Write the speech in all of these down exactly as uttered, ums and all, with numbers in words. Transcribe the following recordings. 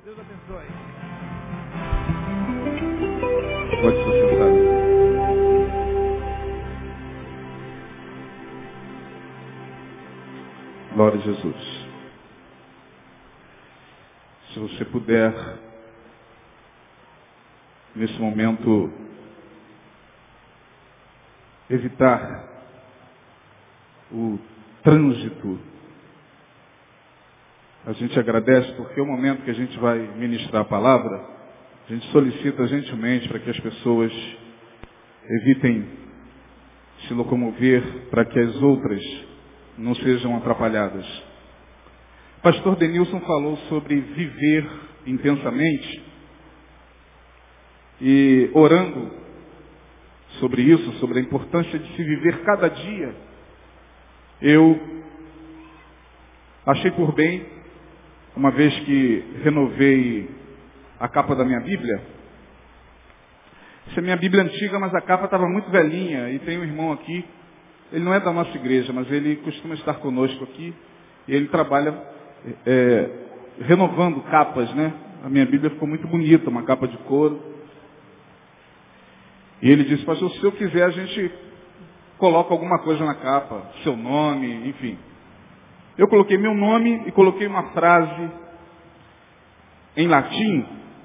Deus abençoe. Pode se sentar. Glória a Jesus. Se você puder, nesse momento, evitar o trânsito, a gente agradece porque é o momento que a gente vai ministrar a palavra, a gente solicita gentilmente para que as pessoas evitem se locomover para que as outras não sejam atrapalhadas. O pastor Denilson falou sobre viver intensamente e orando sobre isso, sobre a importância de se viver cada dia. Eu achei por bem, uma vez que renovei a capa da minha Bíblia, essa é a minha Bíblia antiga, mas a capa estava muito velhinha, e tem um irmão aqui, ele não é da nossa igreja, mas ele costuma estar conosco aqui, e ele trabalha é, renovando capas, né? A minha Bíblia ficou muito bonita, uma capa de couro. E ele disse, pastor, se eu quiser a gente coloca alguma coisa na capa, seu nome, enfim. Eu coloquei meu nome e coloquei uma frase em latim,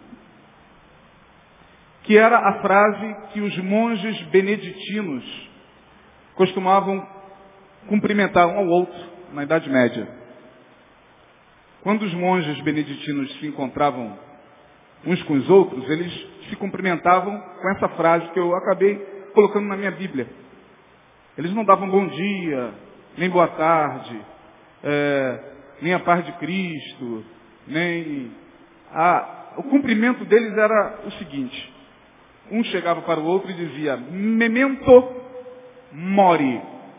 que era a frase que os monges beneditinos costumavam cumprimentar um ao outro na Idade Média. Quando os monges beneditinos se encontravam uns com os outros, eles se cumprimentavam com essa frase que eu acabei colocando na minha Bíblia. Eles não davam bom dia, nem boa tarde, é, nem a paz de Cristo, nem... A... O cumprimento deles era o seguinte. Um chegava para o outro e dizia, memento mori.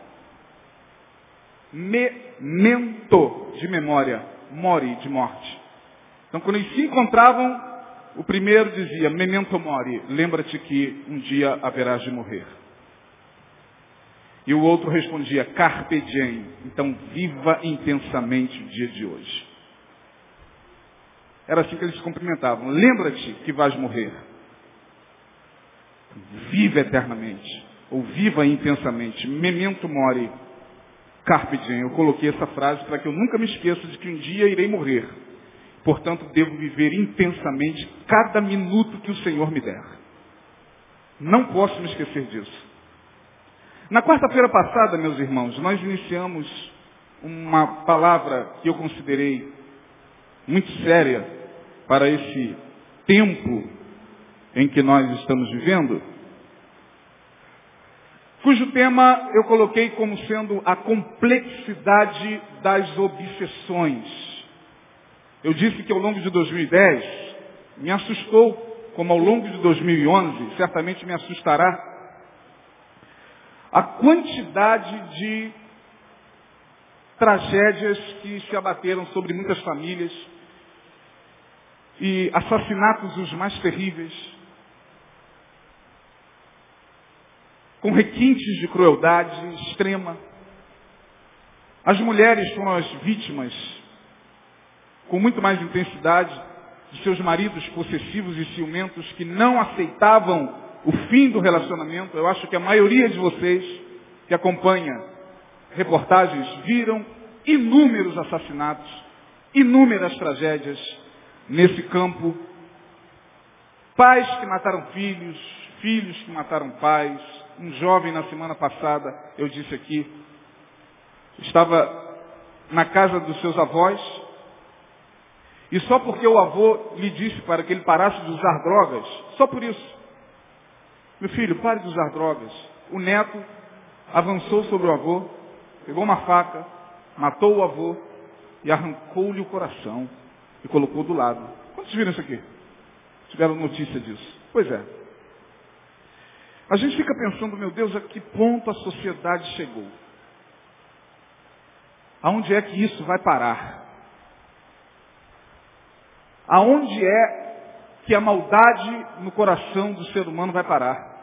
Memento, de memória. Mori, de morte. Então, quando eles se encontravam, o primeiro dizia, memento mori. Lembra-te que um dia haverás de morrer. E o outro respondia, carpe diem. Então, viva intensamente o dia de hoje. Era assim que eles se cumprimentavam. Lembra-te que vais morrer. Viva eternamente. Ou viva intensamente. Memento mori. Carpe diem. Eu coloquei essa frase para que eu nunca me esqueça de que um dia irei morrer. Portanto, devo viver intensamente cada minuto que o Senhor me der. Não posso me esquecer disso. Na quarta-feira passada, meus irmãos, nós iniciamos uma palavra que eu considerei muito séria para esse tempo em que nós estamos vivendo, cujo tema eu coloquei como sendo a complexidade das obsessões. Eu disse que ao longo de dois mil e dez me assustou, como ao longo de dois mil e onze certamente me assustará, a quantidade de tragédias que se abateram sobre muitas famílias e assassinatos os mais terríveis, com requintes de crueldade extrema. As mulheres foram as vítimas, com muito mais intensidade, de seus maridos possessivos e ciumentos que não aceitavam o fim do relacionamento. Eu acho que a maioria de vocês que acompanha reportagens viram inúmeros assassinatos, inúmeras tragédias nesse campo. Pais que mataram filhos, filhos que mataram pais. Um jovem na semana passada, eu disse aqui, estava na casa dos seus avós e só porque o avô lhe disse para que ele parasse de usar drogas, só por isso, meu filho, pare de usar drogas. O neto avançou sobre o avô, pegou uma faca, matou o avô e arrancou-lhe o coração e colocou do lado. Quantos viram isso aqui? Tiveram notícia disso? Pois é. A gente fica pensando, meu Deus, a que ponto a sociedade chegou? Aonde é que isso vai parar? Aonde é que a maldade no coração do ser humano vai parar?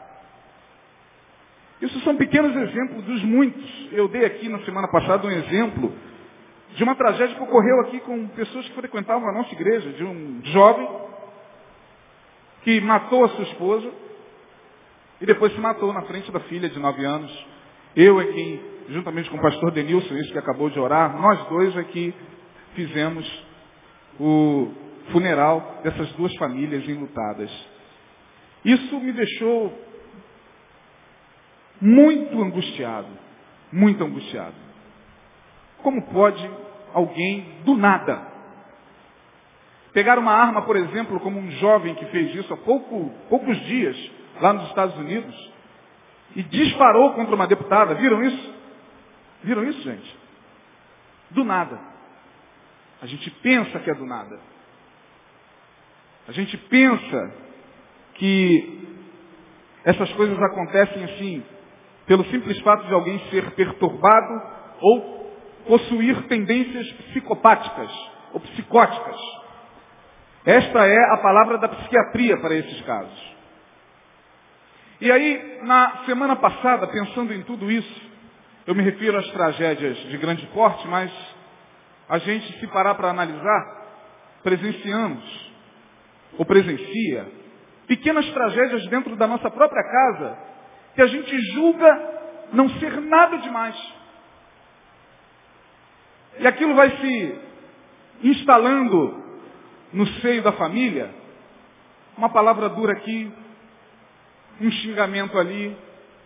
Isso são pequenos exemplos dos muitos. Eu dei aqui na semana passada um exemplo de uma tragédia que ocorreu aqui com pessoas que frequentavam a nossa igreja, de um jovem que matou a sua esposa e depois se matou na frente da filha de nove anos. Eu é quem, juntamente com o pastor Denilson, esse que acabou de orar, nós dois é que fizemos o funeral dessas duas famílias enlutadas. Isso me deixou muito angustiado, muito angustiado. Como pode alguém, do nada, pegar uma arma, por exemplo, como um jovem que fez isso há pouco, poucos dias, lá nos Estados Unidos, e disparou contra uma deputada? Viram isso? Viram isso, gente? Do nada. A gente pensa que é do nada. A gente pensa que essas coisas acontecem assim, pelo simples fato de alguém ser perturbado ou possuir tendências psicopáticas ou psicóticas. Esta é a palavra da psiquiatria para esses casos. E aí, na semana passada, pensando em tudo isso, eu me refiro às tragédias de grande porte, mas a gente, se parar para analisar, presenciamos, ou presencia, pequenas tragédias dentro da nossa própria casa, que a gente julga não ser nada demais. E aquilo vai se instalando no seio da família, uma palavra dura aqui, um xingamento ali,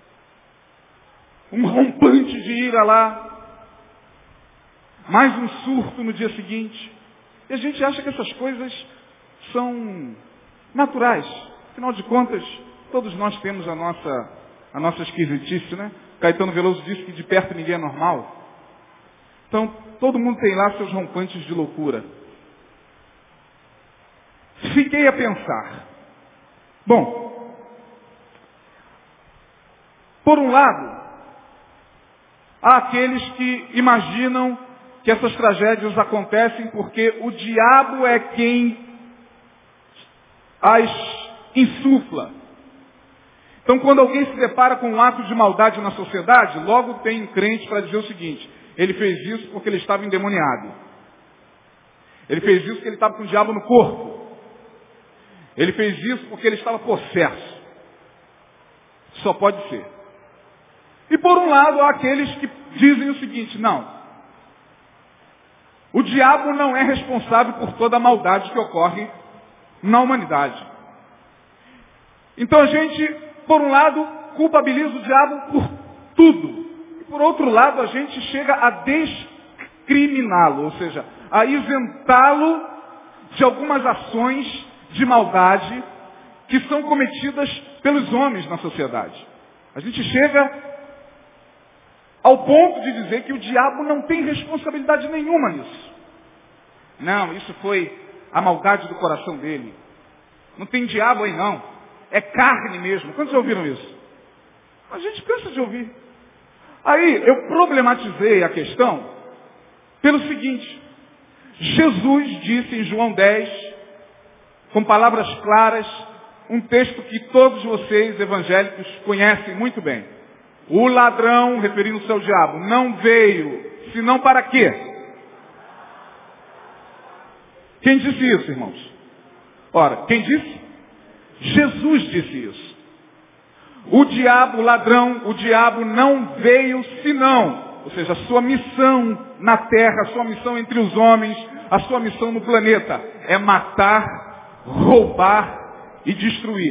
um rompante de ira lá, mais um surto no dia seguinte. E a gente acha que essas coisas são naturais. Afinal de contas, todos nós temos a nossa, a nossa esquisitice, né? Caetano Veloso disse que de perto ninguém é normal. Então, todo mundo tem lá seus rompantes de loucura. Fiquei a pensar. Bom, por um lado, há aqueles que imaginam que essas tragédias acontecem porque o diabo é quem as insufla. Então, quando alguém se depara com um ato de maldade na sociedade, logo tem um crente para dizer o seguinte: ele fez isso porque ele estava endemoniado. Ele fez isso porque ele estava com o diabo no corpo. Ele fez isso porque ele estava possesso. Só pode ser. E por um lado, há aqueles que dizem o seguinte: não, o diabo não é responsável por toda a maldade que ocorre na humanidade. Então a gente, por um lado, culpabiliza o diabo por tudo. E por outro lado, a gente chega a descriminá-lo, ou seja, a isentá-lo de algumas ações de maldade que são cometidas pelos homens na sociedade. A gente chega ao ponto de dizer que o diabo não tem responsabilidade nenhuma nisso. Não, isso foi a maldade do coração dele. Não tem diabo aí não. É carne mesmo. Quantos já ouviram isso? A gente cansa de ouvir. Aí eu problematizei a questão pelo seguinte: Jesus disse em João dez, com palavras claras, um texto que todos vocês evangélicos conhecem muito bem. O ladrão, referindo-se ao diabo, não veio, senão para quê? Quem disse isso, irmãos? Ora, quem disse? Jesus disse isso. O diabo, o ladrão, o diabo não veio senão, ou seja, a sua missão na terra, a sua missão entre os homens, a sua missão no planeta, é matar, roubar e destruir.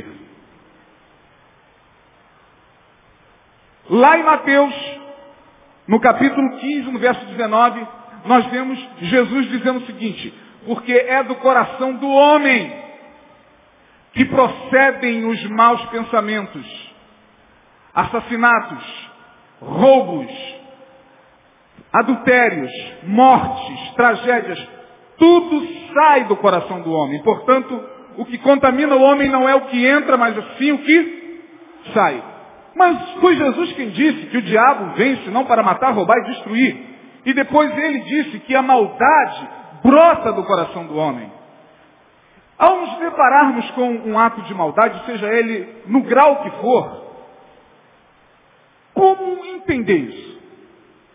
Lá em Mateus, no capítulo quinze, no verso dezenove, nós vemos Jesus dizendo o seguinte: porque é do coração do homem que procedem os maus pensamentos, assassinatos, roubos, adultérios, mortes, tragédias. Tudo sai do coração do homem. Portanto, o que contamina o homem não é o que entra, mas sim o que sai. Mas foi Jesus quem disse que o diabo vem senão para matar, roubar e destruir. E depois ele disse que a maldade brota do coração do homem. Ao nos depararmos com um ato de maldade, seja ele no grau que for, como entender isso?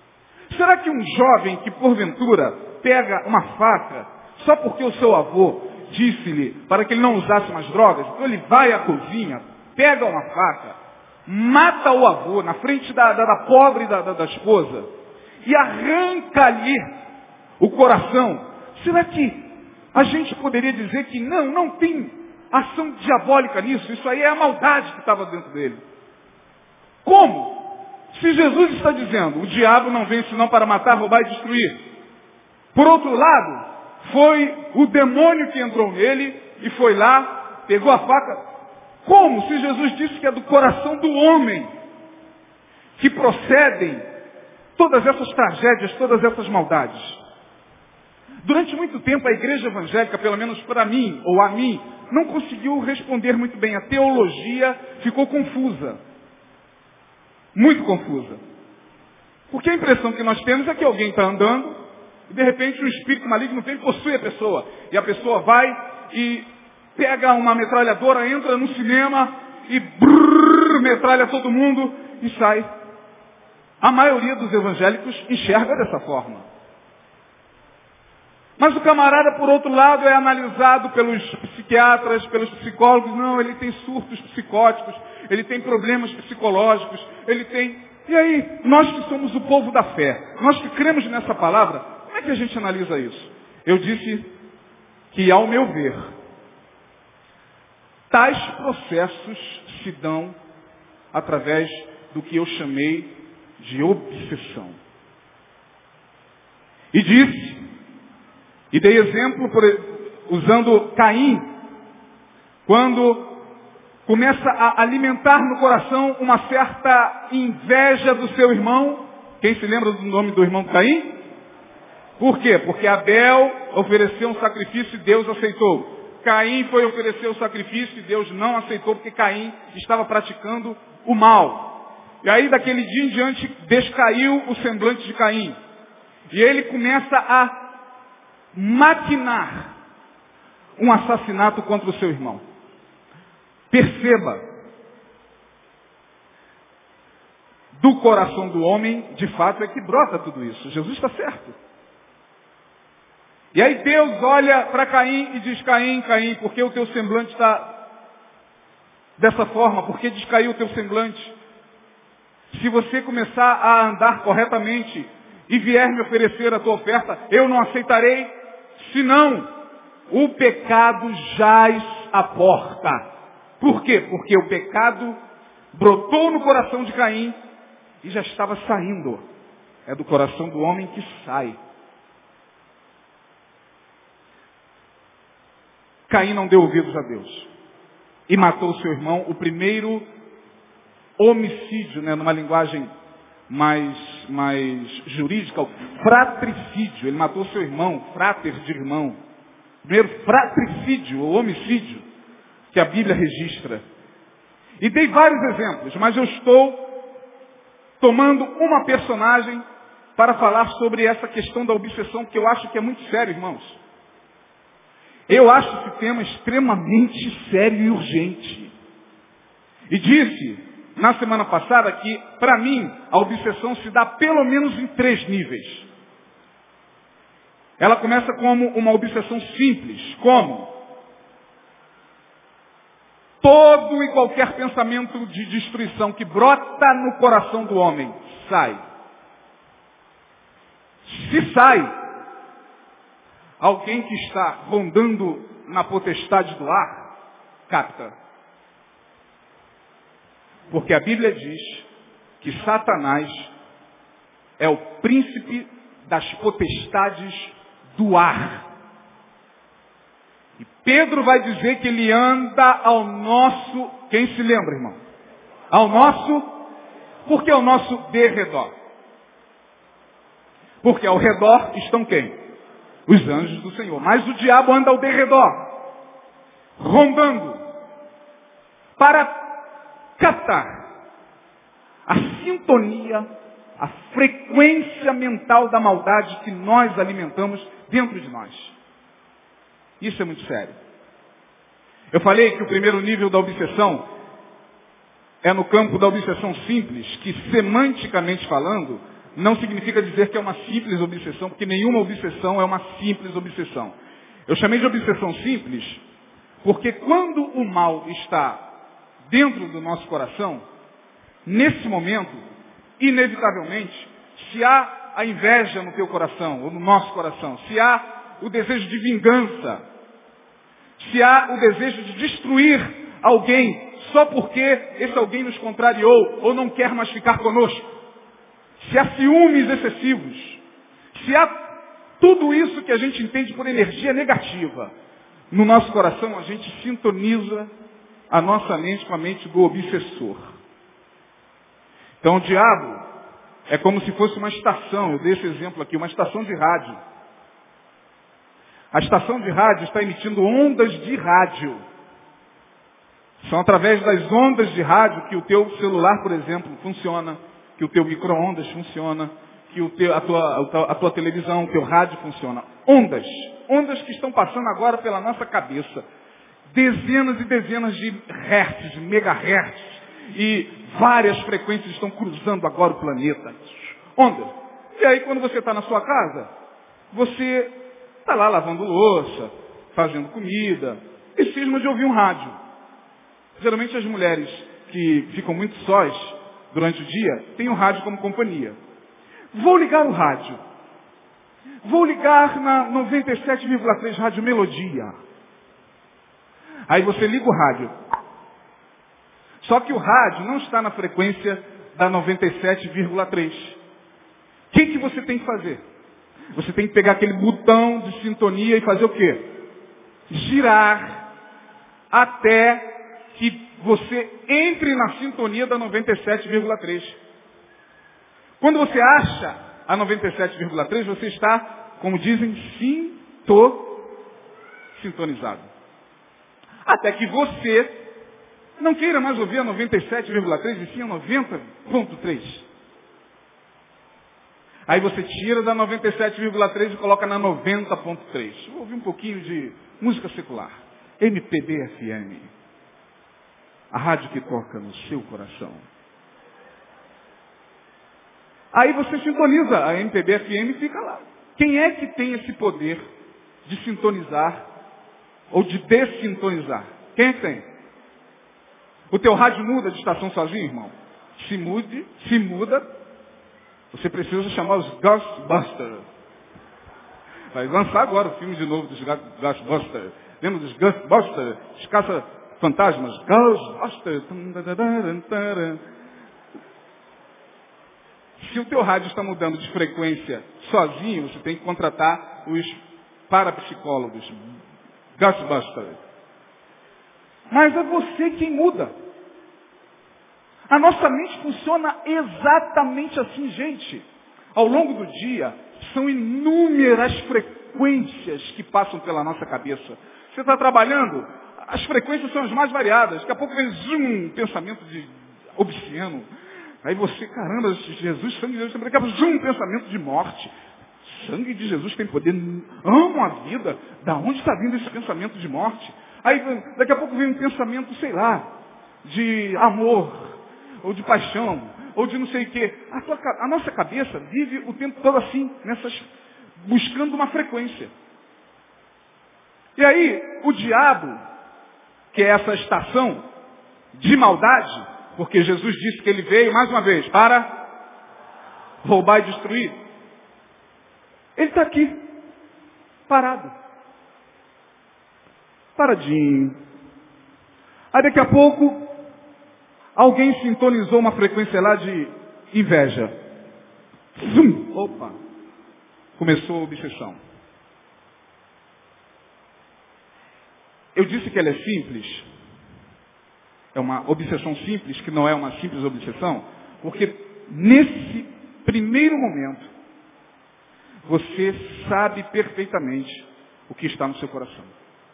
Será que um jovem que porventura pega uma faca só porque o seu avô disse-lhe para que ele não usasse mais drogas, então ele vai à cozinha, pega uma faca, mata o avô na frente da, da, da pobre da, da, da esposa e arranca-lhe o coração? Será que a gente poderia dizer que não, não tem ação diabólica nisso? Isso aí é a maldade que estava dentro dele. Como? Se Jesus está dizendo, o diabo não vem senão para matar, roubar e destruir. Por outro lado, foi o demônio que entrou nele e foi lá, pegou a faca. Como? Se Jesus disse que é do coração do homem que procedem todas essas tragédias, todas essas maldades. Durante muito tempo a igreja evangélica, pelo menos para mim, ou a mim, não conseguiu responder muito bem. A teologia ficou confusa. Muito confusa. Porque a impressão que nós temos é que alguém está andando e de repente um espírito maligno vem e possui a pessoa. E a pessoa vai e pega uma metralhadora, entra no cinema e brrr, metralha todo mundo e sai. A maioria dos evangélicos enxerga dessa forma. Mas o camarada, por outro lado, é analisado pelos psiquiatras, pelos psicólogos. Não, ele tem surtos psicóticos, ele tem problemas psicológicos, ele tem... E aí, nós que somos o povo da fé, nós que cremos nessa palavra, como é que a gente analisa isso? Eu disse que, ao meu ver, tais processos se dão através do que eu chamei de obsessão. E disse, e dei exemplo por, usando Caim, quando começa a alimentar no coração uma certa inveja do seu irmão. Quem se lembra do nome do irmão Caim? Por quê? Porque Abel ofereceu um sacrifício e Deus aceitou. Caim foi oferecer o sacrifício e Deus não aceitou porque Caim estava praticando o mal. E aí daquele dia em diante descaiu o semblante de Caim. E ele começa a maquinar um assassinato contra o seu irmão. Perceba, do coração do homem, de fato, é que brota tudo isso. Jesus está certo. E aí Deus olha para Caim e diz, Caim, Caim, por que o teu semblante está dessa forma? Por que descaiu o teu semblante? Se você começar a andar corretamente e vier me oferecer a tua oferta, eu não aceitarei. Senão, o pecado jaz à porta. Por quê? Porque o pecado brotou no coração de Caim e já estava saindo. É do coração do homem que sai. Caim não deu ouvidos a Deus e matou seu irmão, o primeiro homicídio, né, numa linguagem mais, mais jurídica, o fratricídio. Ele matou seu irmão, frater de irmão. Primeiro fratricídio, ou homicídio, que a Bíblia registra. E dei vários exemplos, mas eu estou tomando uma personagem para falar sobre essa questão da obsessão, que eu acho que é muito sério, irmãos. Eu acho esse tema extremamente sério e urgente. E disse na semana passada que, para mim, a obsessão se dá pelo menos em três níveis. Ela começa como uma obsessão simples, como todo e qualquer pensamento de destruição que brota no coração do homem, sai. Se sai, alguém que está rondando na potestade do ar, capta. Porque a Bíblia diz que Satanás é o príncipe das potestades do ar. E Pedro vai dizer que ele anda ao nosso, quem se lembra, irmão? Ao nosso, porque ao nosso derredor. Porque ao redor estão quem? Os anjos do Senhor. Mas o diabo anda ao derredor, rondando, para captar a sintonia, a frequência mental da maldade que nós alimentamos dentro de nós. Isso é muito sério. Eu falei que o primeiro nível da obsessão é no campo da obsessão simples, que semanticamente falando, não significa dizer que é uma simples obsessão, porque nenhuma obsessão é uma simples obsessão. Eu chamei de obsessão simples, porque quando o mal está dentro do nosso coração, nesse momento, inevitavelmente, se há a inveja no teu coração, ou no nosso coração, se há o desejo de vingança, se há o desejo de destruir alguém só porque esse alguém nos contrariou ou não quer mais ficar conosco, se há ciúmes excessivos, se há tudo isso que a gente entende por energia negativa, no nosso coração a gente sintoniza a nossa mente com a mente do obsessor. Então o diabo é como se fosse uma estação, eu dei esse exemplo aqui, uma estação de rádio. A estação de rádio está emitindo ondas de rádio. São através das ondas de rádio que o teu celular, por exemplo, funciona, que o teu micro-ondas funciona, que o teu, a, tua, a tua televisão, o teu rádio funciona. Ondas. Ondas que estão passando agora pela nossa cabeça. Dezenas e dezenas de hertz, de megahertz. E várias frequências estão cruzando agora o planeta. Ondas. E aí quando você está na sua casa, você está lá lavando louça, fazendo comida, e cisma de ouvir um rádio. Geralmente as mulheres que ficam muito sós durante o dia, têm o rádio como companhia. Vou ligar o rádio. Vou ligar na noventa e sete vírgula três Rádio Melodia. Aí você liga o rádio. Só que o rádio não está na frequência da noventa e sete vírgula três. O que, que você tem que fazer? Você tem que pegar aquele botão de sintonia e fazer o quê? Girar até que você entre na sintonia da noventa e sete vírgula três. Quando você acha a noventa e sete vírgula três, você está, como dizem, sinto, sintonizado. Até que você não queira mais ouvir a noventa e sete vírgula três e sim a noventa vírgula três. Aí você tira da noventa e sete vírgula três e coloca na noventa vírgula três. Vou ouvir um pouquinho de música secular. M P B F M. A rádio que toca no seu coração. Aí você sintoniza a M P B F M e fica lá. Quem é que tem esse poder de sintonizar ou de dessintonizar? Quem é que tem? O teu rádio muda de estação sozinho, irmão? Se mude, se muda, você precisa chamar os Ghostbusters. Vai lançar agora o filme de novo dos Ghostbusters. Lembra dos Ghostbusters? Os caça-fantasmas. Ghostbusters. Se o teu rádio está mudando de frequência sozinho, você tem que contratar os parapsicólogos. Ghostbusters. Mas é você quem muda. A nossa mente funciona exatamente assim, gente. Ao longo do dia, são inúmeras frequências que passam pela nossa cabeça. Você está trabalhando, as frequências são as mais variadas. Daqui a pouco vem zoom, um pensamento de obsceno. Aí você, caramba, Jesus, sangue de Jesus, daqui a pouco, zoom, um pensamento de morte. Sangue de Jesus tem poder, amo a vida. Da onde está vindo esse pensamento de morte? Aí daqui a pouco vem um pensamento, sei lá, de amor, ou de paixão, ou de não sei o quê. A, tua, a nossa cabeça vive o tempo todo assim, nessas, buscando uma frequência. E aí, o diabo, que é essa estação de maldade, porque Jesus disse que ele veio, mais uma vez, para roubar e destruir. Ele está aqui, parado. Paradinho. Aí daqui a pouco, alguém sintonizou uma frequência lá de inveja. Zum! Opa! Começou a obsessão. Eu disse que ela é simples. É uma obsessão simples, que não é uma simples obsessão, porque nesse primeiro momento, você sabe perfeitamente o que está no seu coração.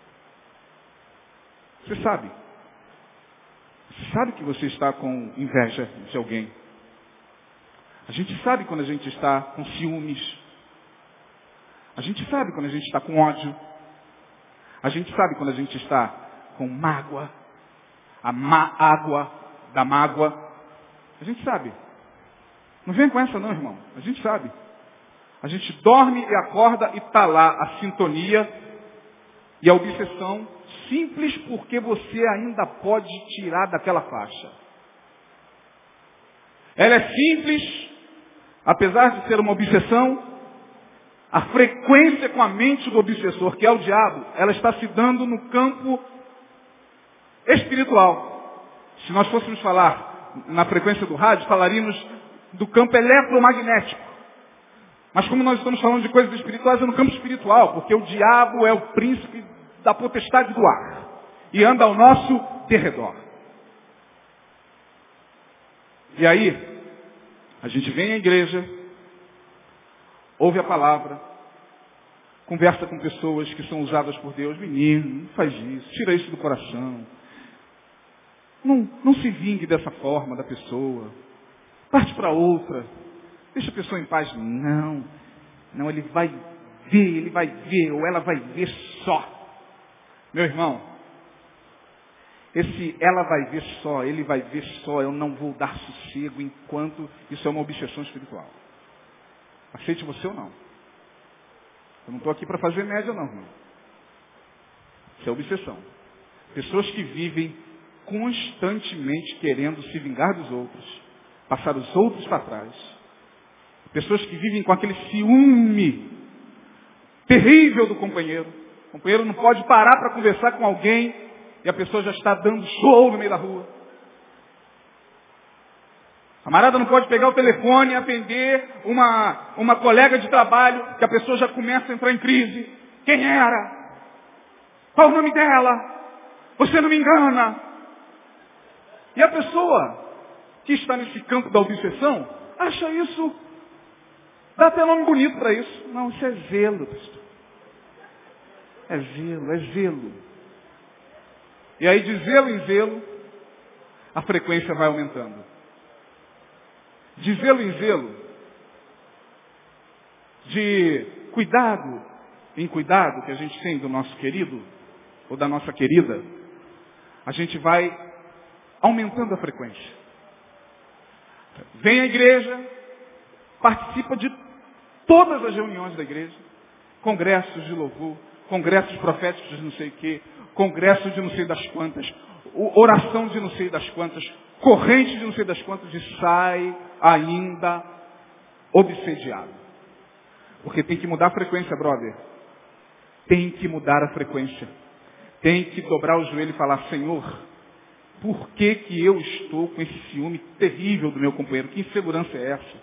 Você sabe. Você sabe que você está com inveja de alguém. A gente sabe quando a gente está com ciúmes. A gente sabe quando a gente está com ódio. A gente sabe quando a gente está com mágoa. A má água da mágoa. A gente sabe. Não vem com essa não, irmão. A gente sabe. A gente dorme e acorda e está lá a sintonia e a obsessão, simples porque você ainda pode tirar daquela faixa. Ela é simples, apesar de ser uma obsessão, a frequência com a mente do obsessor, que é o diabo, ela está se dando no campo espiritual. Se nós fôssemos falar na frequência do rádio, falaríamos do campo eletromagnético. Mas como nós estamos falando de coisas espirituais, é no campo espiritual, porque o diabo é o príncipe da potestade do ar e anda ao nosso derredor. E aí, a gente vem à igreja, ouve a palavra, conversa com pessoas que são usadas por Deus. Menino, não faz isso, tira isso do coração. Não, não se vingue dessa forma da pessoa. Parte para outra. Deixa a pessoa em paz. Não, não, ele vai ver, ele vai ver, ou ela vai ver só. Meu irmão, esse ela vai ver só, ele vai ver só, eu não vou dar sossego enquanto isso é uma obsessão espiritual. Aceite você ou não. Eu não estou aqui para fazer média não, irmão. Isso é obsessão. Pessoas que vivem constantemente querendo se vingar dos outros, passar os outros para trás. Pessoas que vivem com aquele ciúme terrível do companheiro. O companheiro não pode parar para conversar com alguém e a pessoa já está dando show no meio da rua. A camarada não pode pegar o telefone e atender uma, uma colega de trabalho que a pessoa já começa a entrar em crise. Quem era? Qual o nome dela? Você não me engana. E a pessoa que está nesse campo da obsessão acha isso, dá até nome bonito para isso. Não, isso é zelo, pastor. É zelo, é zelo. E aí de zelo em zelo, a frequência vai aumentando. De zelo em zelo, de cuidado em cuidado que a gente tem do nosso querido, ou da nossa querida, a gente vai aumentando a frequência. Vem à igreja, participa de todas as reuniões da igreja, congressos de louvor, congressos proféticos de não sei o quê, congresso de não sei das quantas, oração de não sei das quantas, corrente de não sei das quantas, e sai ainda obsediado. Porque tem que mudar a frequência, brother. Tem que mudar a frequência. Tem que dobrar o joelho e falar, Senhor, por que que eu estou com esse ciúme terrível do meu companheiro? Que insegurança é essa?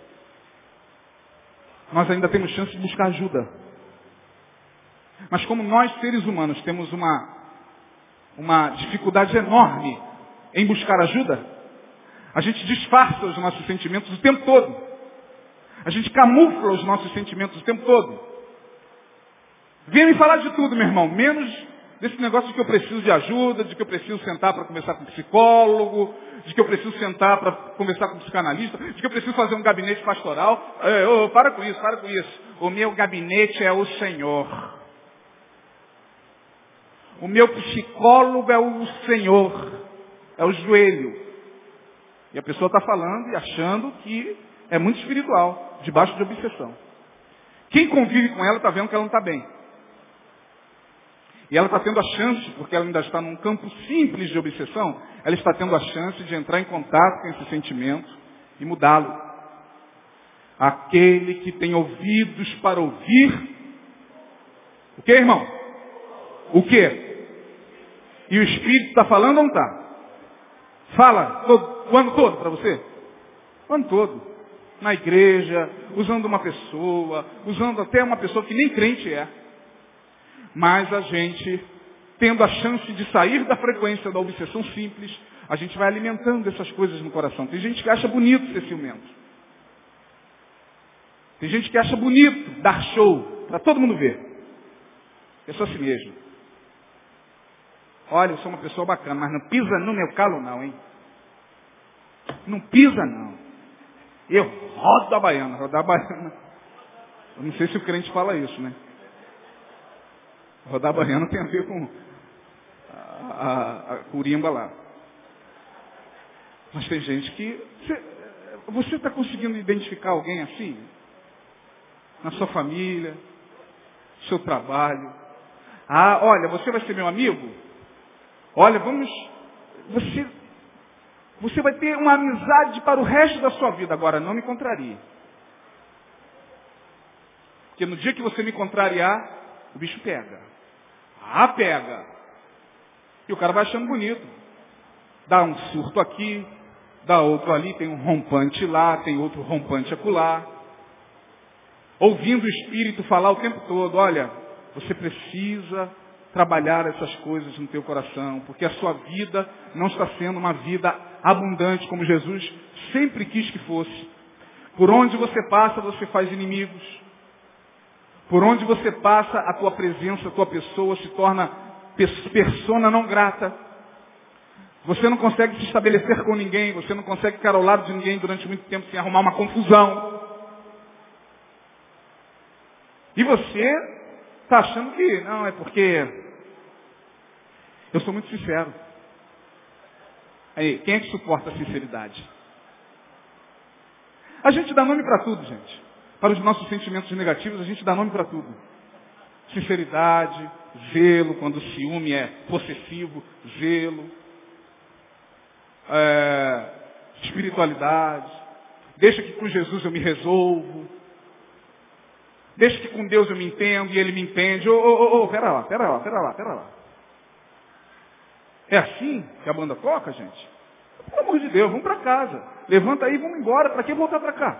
Nós ainda temos chance de buscar ajuda. Mas como nós, seres humanos, temos uma, uma dificuldade enorme em buscar ajuda, a gente disfarça os nossos sentimentos o tempo todo. A gente camufla os nossos sentimentos o tempo todo. Venha me falar de tudo, meu irmão, menos desse negócio de que eu preciso de ajuda, de que eu preciso sentar para conversar com um psicólogo, de que eu preciso sentar para conversar com um psicanalista, de que eu preciso fazer um gabinete pastoral. É, oh, para com isso, para com isso. O meu gabinete é o Senhor. O meu psicólogo é o Senhor. É o joelho. E a pessoa está falando e achando que é muito espiritual, debaixo de obsessão. Quem convive com ela está vendo que ela não está bem. E ela está tendo a chance, porque ela ainda está num campo simples de obsessão, ela está tendo a chance de entrar em contato com esse sentimento e mudá-lo. Aquele que tem ouvidos para ouvir. O que, irmão? O que? E o Espírito está falando ou não está? Fala todo, o ano todo para você? O ano todo. Na igreja, usando uma pessoa, usando até uma pessoa que nem crente é. Mas a gente, tendo a chance de sair da frequência da obsessão simples, a gente vai alimentando essas coisas no coração. Tem gente que acha bonito ser ciumento. Tem gente que acha bonito dar show para todo mundo ver. É só assim mesmo. Olha, eu sou uma pessoa bacana, mas não pisa no meu calo não, hein? Não pisa não. Eu rodo a baiana, rodar a baiana. Eu não sei se o crente fala isso, né? Rodar a baiana tem a ver com a, a, a curimba lá. Mas tem gente que... Você está conseguindo identificar alguém assim? Na sua família, no seu trabalho. Ah, olha, você vai ser meu amigo? Olha, vamos... Você, você vai ter uma amizade para o resto da sua vida. Agora, não me contrarie. Porque no dia que você me contrariar, o bicho pega. Ah, pega. E o cara vai achando bonito. Dá um surto aqui, dá outro ali, tem um rompante lá, tem outro rompante acolá. Ouvindo o Espírito falar o tempo todo, olha, você precisa trabalhar essas coisas no teu coração, porque a sua vida não está sendo uma vida abundante como Jesus sempre quis que fosse. Por onde você passa, você faz inimigos. Por onde você passa, a tua presença, a tua pessoa se torna persona não grata. Você não consegue se estabelecer com ninguém, você não consegue ficar ao lado de ninguém durante muito tempo sem arrumar uma confusão. E você está achando que, não, é porque eu sou muito sincero. Aí, quem é que suporta a sinceridade? A gente dá nome para tudo, gente. Para os nossos sentimentos negativos, a gente dá nome para tudo. Sinceridade, zelo, quando o ciúme é possessivo, zelo. É, espiritualidade. Deixa que com Jesus eu me resolvo. Deixa que com Deus eu me entendo e Ele me entende. Ô, ô, ô, ô, pera lá, pera lá, pera lá, pera lá. É assim que a banda toca, gente? Pelo amor de Deus, vamos para casa. Levanta aí e vamos embora. Para que voltar para cá?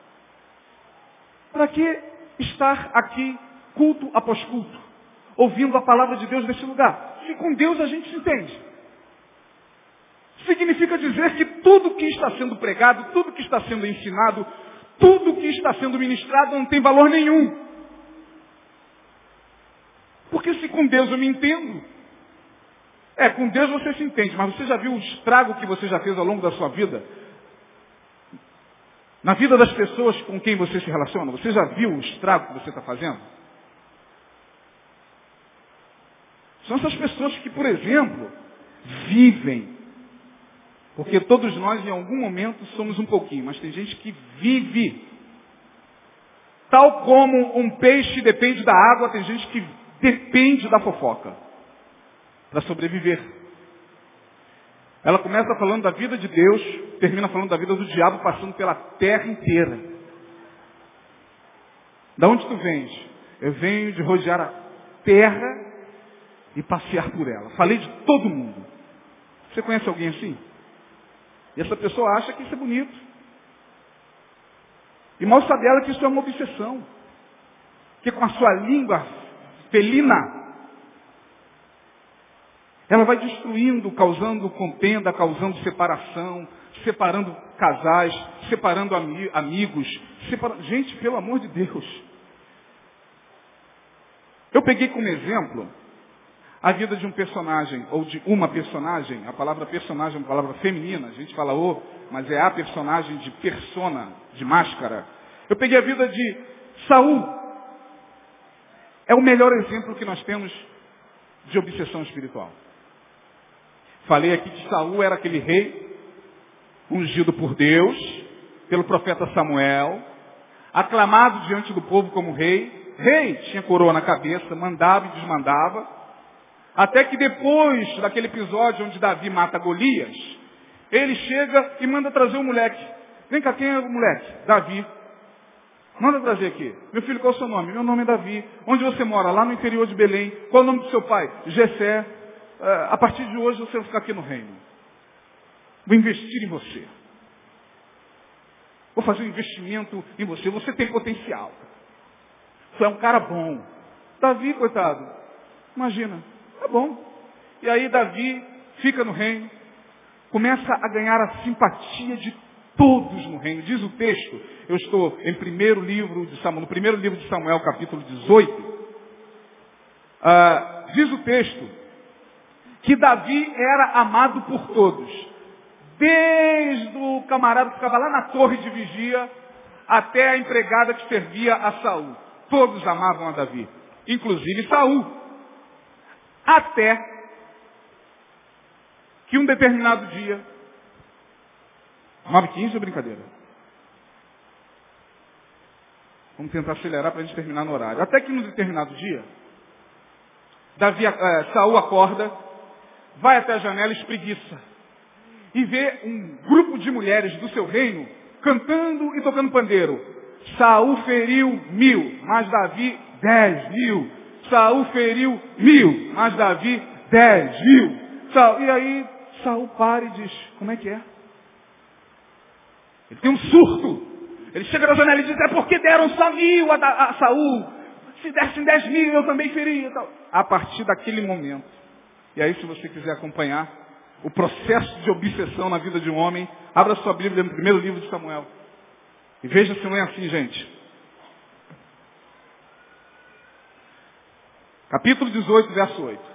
Para que estar aqui culto após culto? Ouvindo a palavra de Deus nesse lugar? Se com Deus a gente se entende. Significa dizer que tudo que está sendo pregado, tudo que está sendo ensinado, tudo que está sendo ministrado não tem valor nenhum. Porque se com Deus eu me entendo, é, com Deus você se entende, mas você já viu o estrago que você já fez ao longo da sua vida? Na vida das pessoas com quem você se relaciona, você já viu o estrago que você está fazendo? São essas pessoas que, por exemplo, vivem. Porque todos nós, em algum momento, somos um pouquinho, mas tem gente que vive. Tal como um peixe depende da água, tem gente que depende da fofoca para sobreviver. Ela começa falando da vida de Deus, termina falando da vida do diabo, passando pela terra inteira. Da onde tu vens? Eu venho de rodear a terra e passear por ela. Falei de todo mundo. Você conhece alguém assim? E essa pessoa acha que isso é bonito. E mal sabe ela que isso é uma obsessão. Que com a sua língua felina, ela vai destruindo, causando contenda, causando separação, separando casais, separando ami- amigos. Separa... Gente, pelo amor de Deus. Eu peguei como exemplo a vida de um personagem, ou de uma personagem. A palavra personagem é uma palavra feminina. A gente fala o, mas é a personagem de persona, de máscara. Eu peguei a vida de Saul. É o melhor exemplo que nós temos de obsessão espiritual. Falei aqui que Saul era aquele rei ungido por Deus, pelo profeta Samuel, aclamado diante do povo como rei. Rei, tinha coroa na cabeça, mandava e desmandava. Até que depois daquele episódio onde Davi mata Golias, ele chega e manda trazer o moleque. Vem cá, quem é o moleque? Davi. Manda trazer aqui. Meu filho, qual é o seu nome? Meu nome é Davi. Onde você mora? Lá no interior de Belém. Qual é o nome do seu pai? Jessé. Uh, a partir de hoje você vai ficar aqui no reino. Vou investir em você. Vou fazer um investimento em você. Você tem potencial. Você é um cara bom. Davi, coitado. Imagina. Tá bom. E aí Davi fica no reino. Começa a ganhar a simpatia de todos no reino. Diz o texto. Eu estou em primeiro livro de Samuel, no primeiro livro de Samuel, capítulo dezoito. Uh, diz o texto que Davi era amado por todos. Desde o camarada que ficava lá na torre de vigia até a empregada que servia a Saul. Todos amavam a Davi. Inclusive Saul. Até que um determinado dia, nove e quinze ou brincadeira? Vamos tentar acelerar para a gente terminar no horário. Até que num determinado dia, Davi, é, Saul acorda, vai até a janela, espreguiça, e vê um grupo de mulheres do seu reino cantando e tocando pandeiro. Saul feriu mil, mas Davi dez mil. Saul feriu mil, mas Davi dez mil. Saul, e aí Saul para e diz, como é que é? Ele tem um surto. Ele chega na janela e diz, é porque deram só mil a, a, a Saul. Se dessem dez mil, eu também feria. A partir daquele momento. E aí, se você quiser acompanhar o processo de obsessão na vida de um homem, abra sua Bíblia no primeiro livro de Samuel. E veja se não é assim, gente. Capítulo dezoito, verso oito.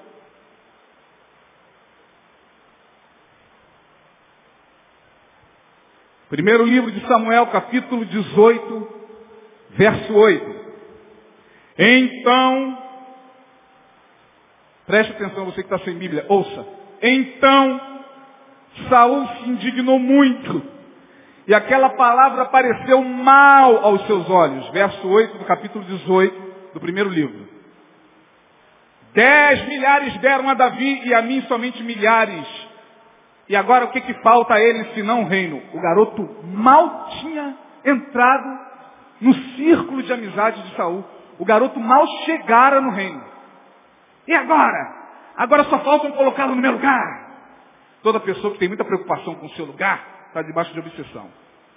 Primeiro livro de Samuel, capítulo dezoito, verso oito. Então, preste atenção, você que está sem Bíblia, ouça. Então, Saul se indignou muito, e aquela palavra pareceu mal aos seus olhos. Verso oito do capítulo dezoito do primeiro livro. Dez milhares deram a Davi e a mim somente milhares. E agora o que, que falta a ele senão o reino? O garoto mal tinha entrado no círculo de amizade de Saul. O garoto mal chegara no reino. E agora? Agora só falta colocá-lo no meu lugar. Toda pessoa que tem muita preocupação com o seu lugar está debaixo de obsessão.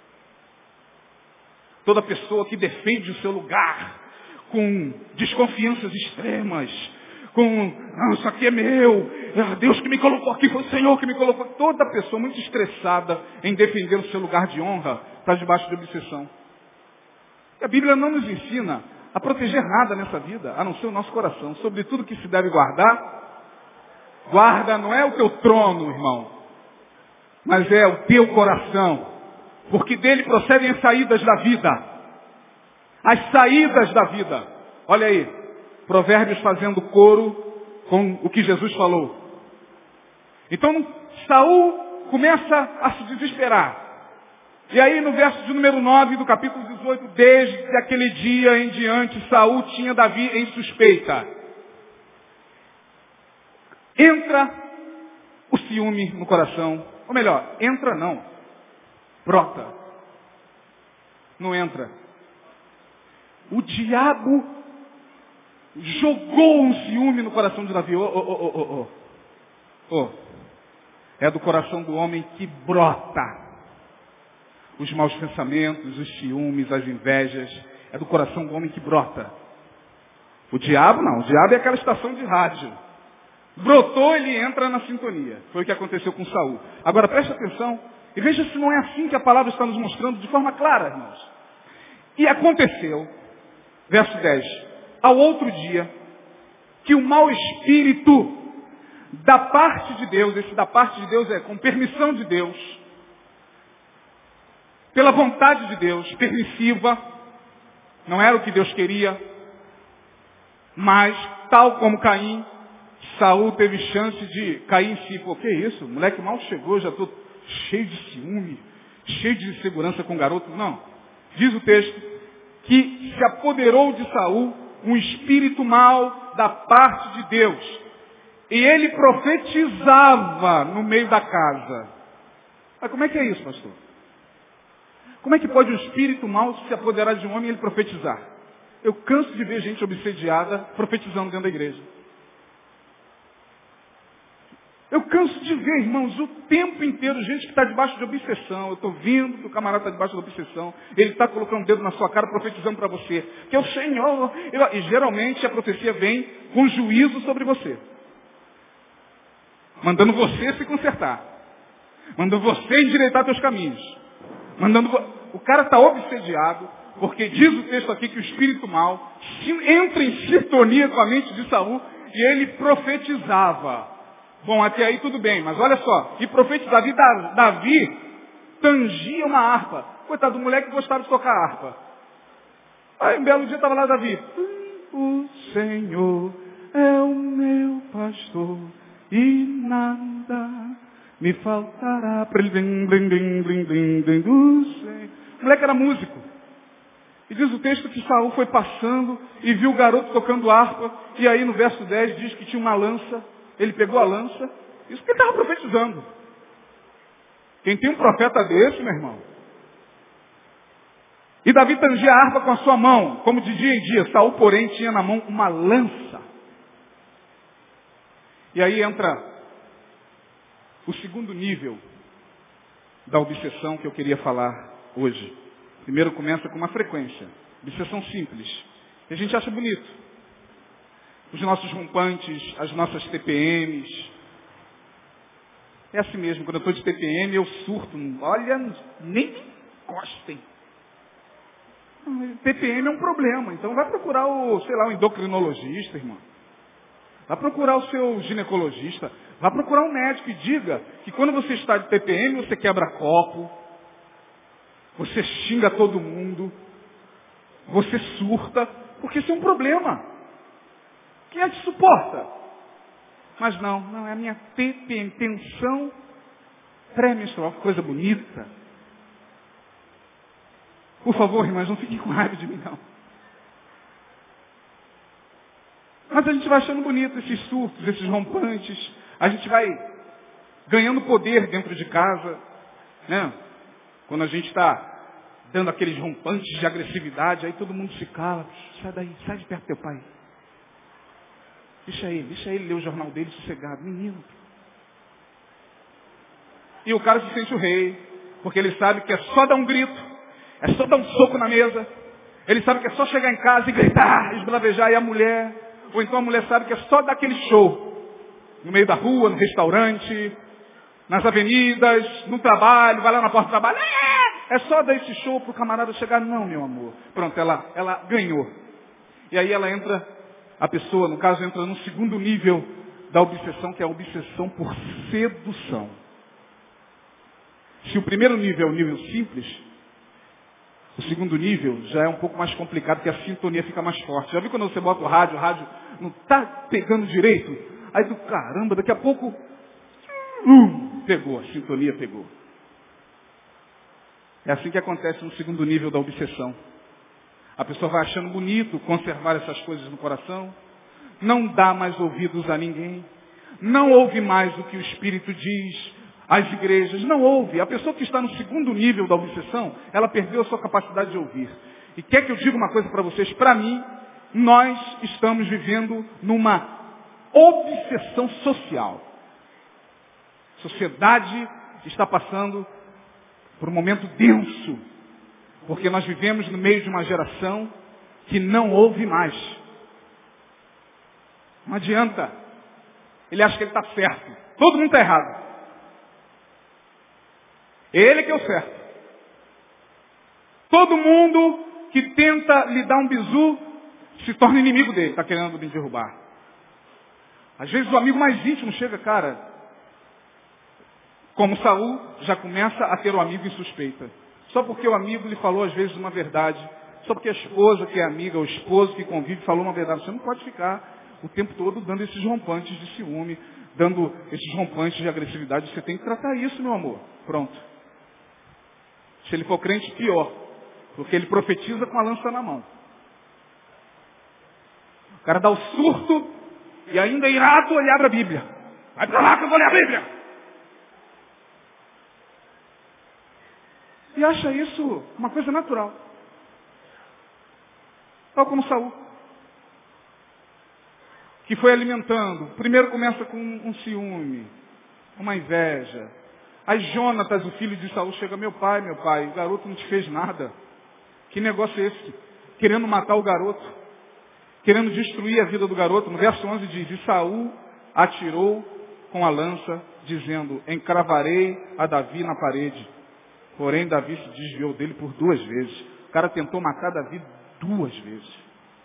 Toda pessoa que defende o seu lugar com desconfianças extremas, com, não, isso aqui é meu, é Deus que me colocou aqui, foi o Senhor que me colocou. Toda pessoa muito estressada em defender o seu lugar de honra está debaixo de obsessão. E a Bíblia não nos ensina a proteger nada nessa vida, a não ser o nosso coração. Sobre tudo que se deve guardar, guarda não é o teu trono, irmão, mas é o teu coração, porque dele procedem as saídas da vida. As saídas da vida. Olha aí. Provérbios fazendo coro com o que Jesus falou. Então, Saul começa a se desesperar. E aí, no verso de número nove do capítulo dezoito, desde aquele dia em diante, Saul tinha Davi em suspeita. Entra o ciúme no coração. Ou melhor, entra não. Brota. Não entra. O diabo jogou um ciúme no coração de Davi. Oh, oh, oh, oh, oh. Oh. É do coração do homem que brota os maus pensamentos, os ciúmes, as invejas. É do coração do homem que brota. O diabo não. O diabo é aquela estação de rádio. Brotou, ele entra na sintonia. Foi o que aconteceu com Saul. Agora preste atenção e veja se não é assim que a palavra está nos mostrando de forma clara, irmãos. E aconteceu, verso dez. Ao outro dia, que o mau espírito da parte de Deus, esse da parte de Deus é com permissão de Deus, pela vontade de Deus, permissiva, não era o que Deus queria, mas, tal como Caim, Saul teve chance de cair em si. Pô, que isso? O moleque mal chegou, já estou cheio de ciúme, cheio de insegurança com o garoto. Não. Diz o texto que se apoderou de Saul um espírito mau da parte de Deus. E ele profetizava no meio da casa. Mas como é que é isso, pastor? Como é que pode um espírito mau se apoderar de um homem e ele profetizar? Eu canso de ver gente obsediada profetizando dentro da igreja. Eu canso de ver, irmãos, o tempo inteiro gente que está debaixo de obsessão. Eu estou vendo que o camarada está debaixo de obsessão. Ele está colocando o dedo na sua cara, profetizando para você. Que é o Senhor. E geralmente a profecia vem com juízo sobre você. Mandando você se consertar. Mandando você endireitar seus caminhos. Mandando vo... O cara está obsediado, porque diz o texto aqui que o espírito mau entra em sintonia com a mente de Saul e ele profetizava. Bom, até aí tudo bem, mas olha só, e profetizava, e Davi tangia uma harpa. Coitado do moleque que gostava de tocar harpa. Aí um belo dia estava lá Davi. O Senhor é o meu pastor e nada me faltará. Blim, blim, blim, blim, blim, blim, do Senhor. O moleque era músico. E diz o texto que Saul foi passando e viu o garoto tocando harpa. E aí no verso dez diz que tinha uma lança. Ele pegou a lança. Isso que ele estava profetizando. Quem tem um profeta desse, meu irmão. E Davi tangia a harpa com a sua mão, como de dia em dia. Saul, porém, tinha na mão uma lança. E aí entra o segundo nível da obsessão que eu queria falar hoje. Primeiro começa com uma frequência. Obsessão simples. Que a gente acha bonito. Os nossos rompantes, as nossas T P Ms. É assim mesmo, quando eu estou de T P M eu surto. Olha, nem me encostem. T P M é um problema. Então vai procurar o, sei lá, o endocrinologista, irmão. Vai procurar o seu ginecologista. Vai procurar um médico e diga que quando você está de T P M você quebra copo. Você xinga todo mundo. Você surta. Porque isso é um problema. Quem é que suporta? Mas não, não, é a minha T P M, tensão pré-menstrual, coisa bonita. Por favor, irmãs, não fiquem com raiva de mim, não. Mas a gente vai achando bonito esses surtos, esses rompantes. A gente vai ganhando poder dentro de casa, né? Quando a gente está dando aqueles rompantes de agressividade, aí todo mundo se cala. Sai daí, sai de perto do teu pai. Deixa ele, deixa ele ler o jornal dele sossegado. Menino. E o cara se sente o rei, porque ele sabe que é só dar um grito, é só dar um soco na mesa. Ele sabe que é só chegar em casa e gritar, esbravejar, e a mulher, ou então a mulher sabe que é só dar aquele show. No meio da rua, no restaurante, nas avenidas, no trabalho, vai lá na porta do trabalho. É, é só dar esse show para o camarada chegar. Não, meu amor. Pronto, ela, ela ganhou. E aí ela entra, a pessoa, no caso, entra no segundo nível da obsessão, que é a obsessão por sedução. Se o primeiro nível é o nível simples, o segundo nível já é um pouco mais complicado, porque a sintonia fica mais forte. Já viu quando você bota o rádio, o rádio não está pegando direito? Aí do caramba, daqui a pouco, hum, pegou, a sintonia pegou. É assim que acontece no segundo nível da obsessão. A pessoa vai achando bonito conservar essas coisas no coração, não dá mais ouvidos a ninguém, não ouve mais o que o Espírito diz às igrejas, não ouve. A pessoa que está no segundo nível da obsessão, ela perdeu a sua capacidade de ouvir. E quer que eu diga uma coisa para vocês? Para mim, nós estamos vivendo numa obsessão social. A sociedade está passando por um momento denso, porque nós vivemos no meio de uma geração que não ouve mais. Não adianta. Ele acha que ele está certo. Todo mundo está errado. Ele que é o certo. Todo mundo que tenta lhe dar um bizu se torna inimigo dele. Está querendo me derrubar. Às vezes o amigo mais íntimo chega, cara, como Saul, já começa a ter o amigo em suspeita. Só porque o amigo lhe falou às vezes uma verdade. Só porque a esposa que é amiga, o esposo que convive, falou uma verdade. Você não pode ficar o tempo todo dando esses rompantes de ciúme, dando esses rompantes de agressividade. Você tem que tratar isso, meu amor. Pronto. Se ele for crente, pior. Porque ele profetiza com a lança na mão. O cara dá o surto e ainda irado ele abre a Bíblia. Vai pra lá que eu vou ler a Bíblia. E acha isso uma coisa natural. Tal como Saul. Que foi alimentando. Primeiro começa com um ciúme, uma inveja. Aí Jonatas, o filho de Saul, chega, meu pai, meu pai, o garoto não te fez nada. Que negócio é esse? Querendo matar o garoto. Querendo destruir a vida do garoto. No verso onze diz, e Saul atirou com a lança, dizendo, encravarei a Davi na parede. Porém, Davi se desviou dele por duas vezes. O cara tentou matar Davi duas vezes.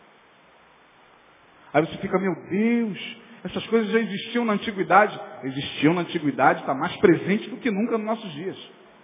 Aí você fica, meu Deus, essas coisas já existiam na antiguidade. Existiam na antiguidade, está mais presente do que nunca nos nossos dias.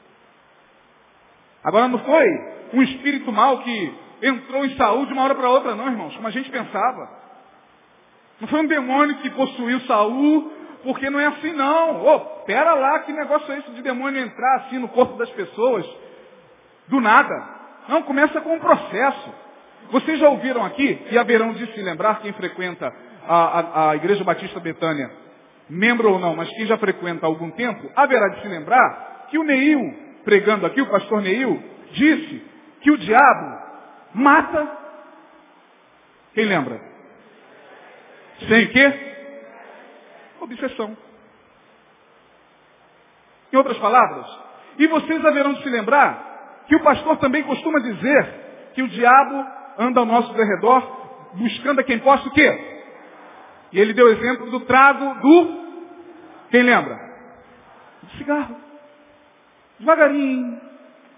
Agora não foi um espírito mau que entrou em Saul de uma hora para outra, não, irmãos, como a gente pensava. Não foi um demônio que possuiu Saul, porque não é assim não. Ô, pera lá, que negócio é esse de demônio entrar assim no corpo das pessoas? Do nada. Não, começa com um processo. Vocês já ouviram aqui, e haverão de se lembrar, quem frequenta a, a, a Igreja Batista Betânia, membro ou não, mas quem já frequenta há algum tempo, haverá de se lembrar que o Neil, pregando aqui, o pastor Neil, disse que o diabo mata. Quem lembra? Sem o quê? Obsessão. Em outras palavras, e vocês haverão de se lembrar que o pastor também costuma dizer que o diabo anda ao nosso derredor buscando a quem possa o quê? E ele deu o exemplo do trago do... Quem lembra? Do cigarro. Devagarinho.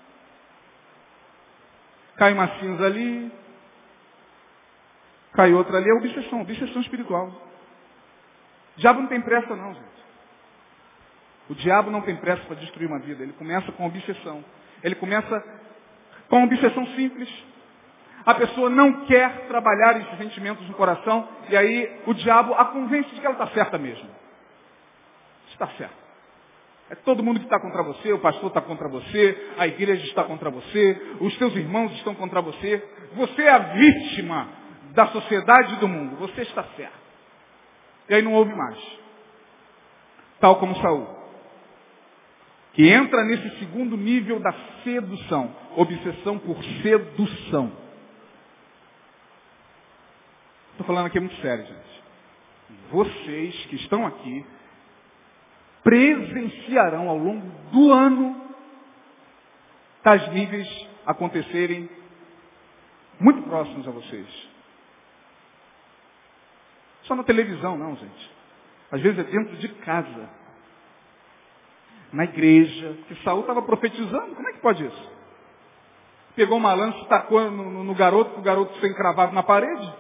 Cai uma cinza ali. Cai outra ali. É obsessão. Obsessão espiritual. O diabo não tem pressa não, gente. O diabo não tem pressa para destruir uma vida. Ele começa com obsessão. Ele começa com uma obsessão simples. A pessoa não quer trabalhar esses sentimentos no coração. E aí o diabo a convence de que ela está certa mesmo. Está certo. É todo mundo que está contra você, o pastor está contra você, a igreja está contra você, os seus irmãos estão contra você. Você é a vítima da sociedade e do mundo. Você está certo. E aí não ouve mais. Tal como Saul, que entra nesse segundo nível da sedução. Obsessão por sedução. Estou falando aqui muito sério, gente. Vocês que estão aqui presenciarão ao longo do ano tais níveis acontecerem muito próximos a vocês. Só na televisão, não, gente. Às vezes é dentro de casa. Na igreja. Que Saul estava profetizando. Como é que pode isso? Pegou uma lança e tacou no, no, no garoto, para o garoto ser encravado na parede.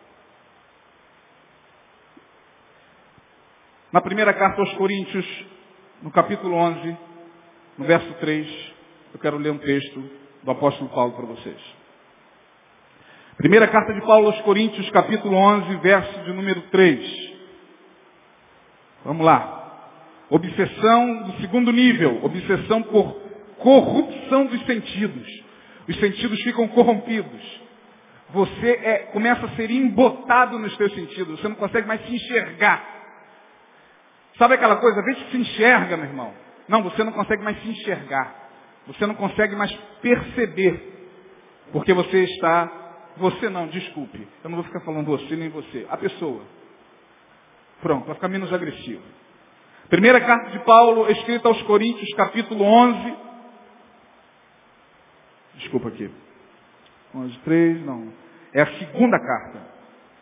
Na primeira carta aos Coríntios, no capítulo onze, no verso três, eu quero ler um texto do apóstolo Paulo para vocês. Primeira carta de Paulo aos Coríntios, capítulo onze, verso de número três. Vamos lá. Obsessão do segundo nível. Obsessão por corrupção dos sentidos. Os sentidos ficam corrompidos. Você é, começa a ser embotado nos seus sentidos. Você não consegue mais se enxergar. Sabe aquela coisa? Vê se se enxerga, meu irmão. Não, você não consegue mais se enxergar. Você não consegue mais perceber. Porque você está... Você não, desculpe. Eu não vou ficar falando você nem você. A pessoa. Pronto, vai ficar menos agressivo. Primeira carta de Paulo, escrita aos Coríntios, capítulo onze. Desculpa aqui. onze, três, não. É a segunda carta.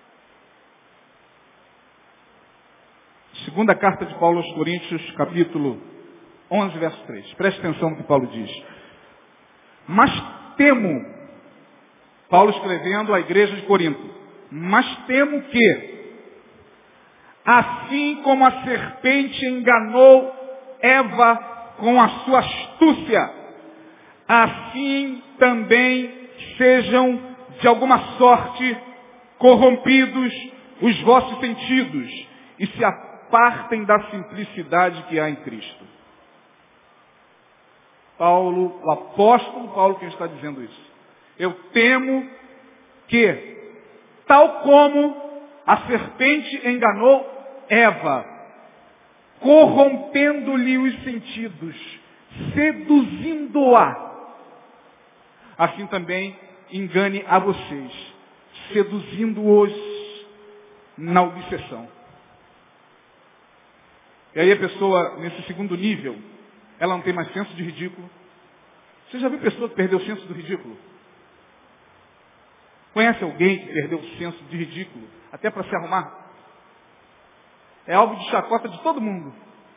Segunda carta de Paulo aos Coríntios, capítulo onze, verso três. Preste atenção no que Paulo diz. Mas temo, Paulo escrevendo à igreja de Corinto, mas temo que, assim como a serpente enganou Eva com a sua astúcia, assim também sejam de alguma sorte corrompidos os vossos sentidos e se apartem da simplicidade que há em Cristo. Paulo, o apóstolo Paulo que está dizendo isso. Eu temo que, tal como a serpente enganou Eva, corrompendo-lhe os sentidos, seduzindo-a, assim também engane a vocês, seduzindo-os na obsessão. E aí a pessoa, nesse segundo nível, ela não tem mais senso de ridículo. Você já viu pessoa que perdeu o senso do ridículo? Conhece alguém que perdeu o senso de ridículo, até para se arrumar? É alvo de chacota de todo mundo.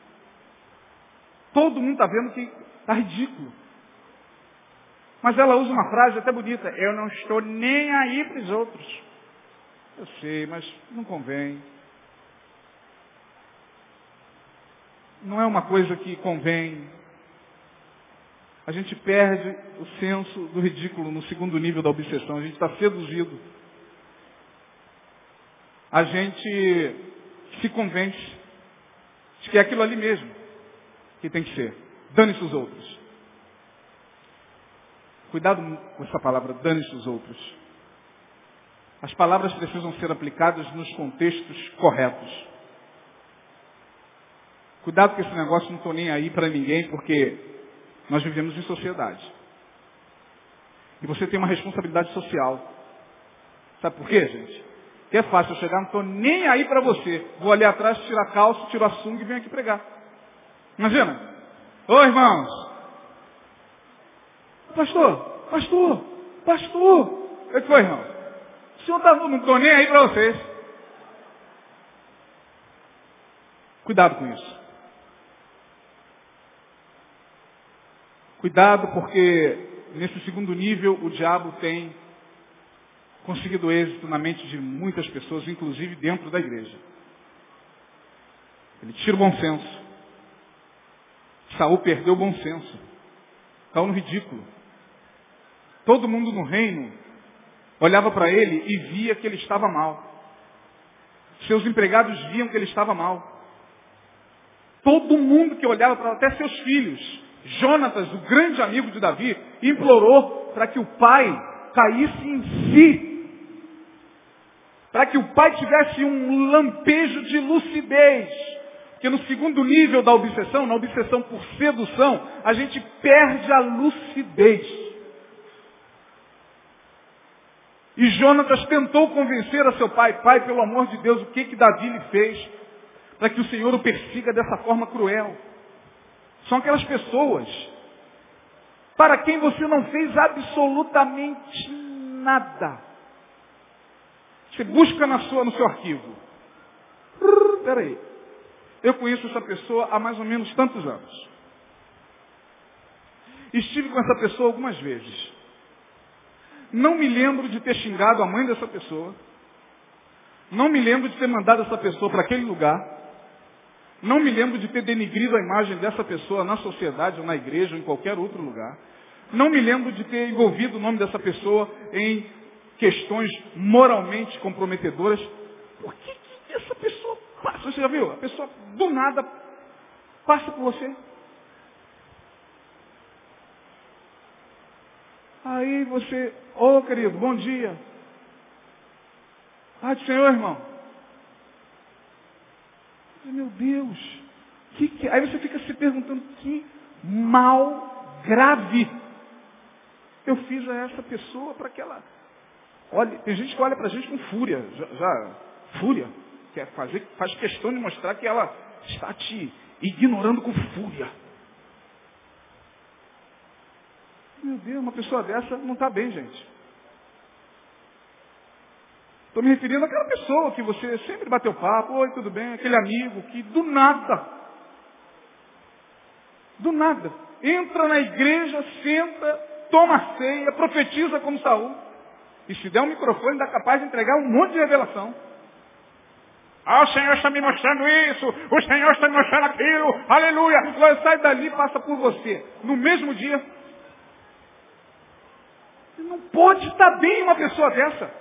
Todo mundo está vendo que está ridículo. Mas ela usa uma frase até bonita. Eu não estou nem aí para os outros. Eu sei, mas não convém. Não é uma coisa que convém. A gente perde o senso do ridículo no segundo nível da obsessão. A gente está seduzido. A gente se convence de que é aquilo ali mesmo que tem que ser. Dane-se os outros. Cuidado com essa palavra, dane-se os outros. As palavras precisam ser aplicadas nos contextos corretos. Cuidado com esse negócio, não estou nem aí para ninguém, porque nós vivemos em sociedade. E você tem uma responsabilidade social. Sabe por quê, gente? Porque é fácil eu chegar, não estou nem aí para você. Vou ali atrás, tirar a calça, tiro a sunga e venho aqui pregar. Imagina. Ô irmãos. Pastor, pastor, pastor. O que foi, irmão? O senhor está, não estou nem aí para vocês. Cuidado com isso. Cuidado porque nesse segundo nível o diabo tem conseguido êxito na mente de muitas pessoas, inclusive dentro da igreja. Ele tira o bom senso. Saul perdeu o bom senso. Caiu no ridículo. Todo mundo no reino olhava para ele e via que ele estava mal. Seus empregados viam que ele estava mal. Todo mundo que olhava para até seus filhos, Jonatas, o grande amigo de Davi, implorou para que o pai caísse em si. Para que o pai tivesse um lampejo de lucidez. Porque no segundo nível da obsessão, na obsessão por sedução, a gente perde a lucidez. E Jonatas tentou convencer a seu pai, pai, pelo amor de Deus, o que que Davi lhe fez para que o Senhor o persiga dessa forma cruel? São aquelas pessoas para quem você não fez absolutamente nada. Você busca na sua, no seu arquivo. Espera aí. Eu conheço essa pessoa há mais ou menos tantos anos. Estive com essa pessoa algumas vezes. Não me lembro de ter xingado a mãe dessa pessoa. Não me lembro de ter mandado essa pessoa para aquele lugar. Não me lembro de ter denigrido a imagem dessa pessoa na sociedade, ou na igreja, ou em qualquer outro lugar. Não me lembro de ter envolvido o nome dessa pessoa em questões moralmente comprometedoras. Por que, que essa pessoa passa? Você já viu? A pessoa do nada passa por você. Aí você, ô oh, querido, bom dia. Ah, do Senhor, irmão. Meu Deus. Que que... Aí você fica se perguntando, que mal grave eu fiz a essa pessoa para que ela... Olha, tem gente que olha para a gente com fúria. Já, já fúria. Quer fazer, faz questão de mostrar que ela está te ignorando com fúria. Meu Deus, uma pessoa dessa não está bem, gente. Estou me referindo àquela pessoa que você sempre bateu papo, oi, tudo bem, aquele amigo que do nada, do nada, entra na igreja, senta, toma ceia, profetiza como Saul. E se der um microfone, dá capaz de entregar um monte de revelação. Ah, o Senhor está me mostrando isso, o Senhor está me mostrando aquilo, aleluia. Agora sai dali e passa por você. No mesmo dia, não pode estar bem uma pessoa dessa.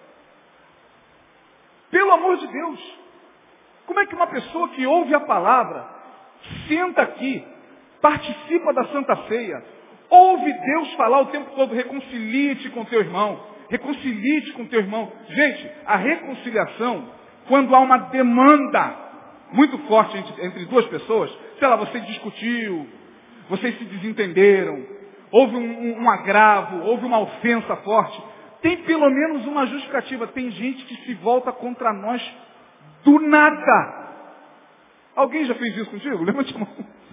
Pelo amor de Deus. Como é que uma pessoa que ouve a palavra, senta aqui, participa da Santa Ceia, ouve Deus falar o tempo todo, reconcilie-te com teu irmão, reconcilie-te com teu irmão. Gente, a reconciliação, quando há uma demanda muito forte entre, entre duas pessoas, sei lá, você discutiu, vocês se desentenderam, houve um, um, um agravo, houve uma ofensa forte, tem pelo menos uma justificativa. Tem gente que se volta contra nós do nada. Alguém já fez isso contigo? Levante a mão.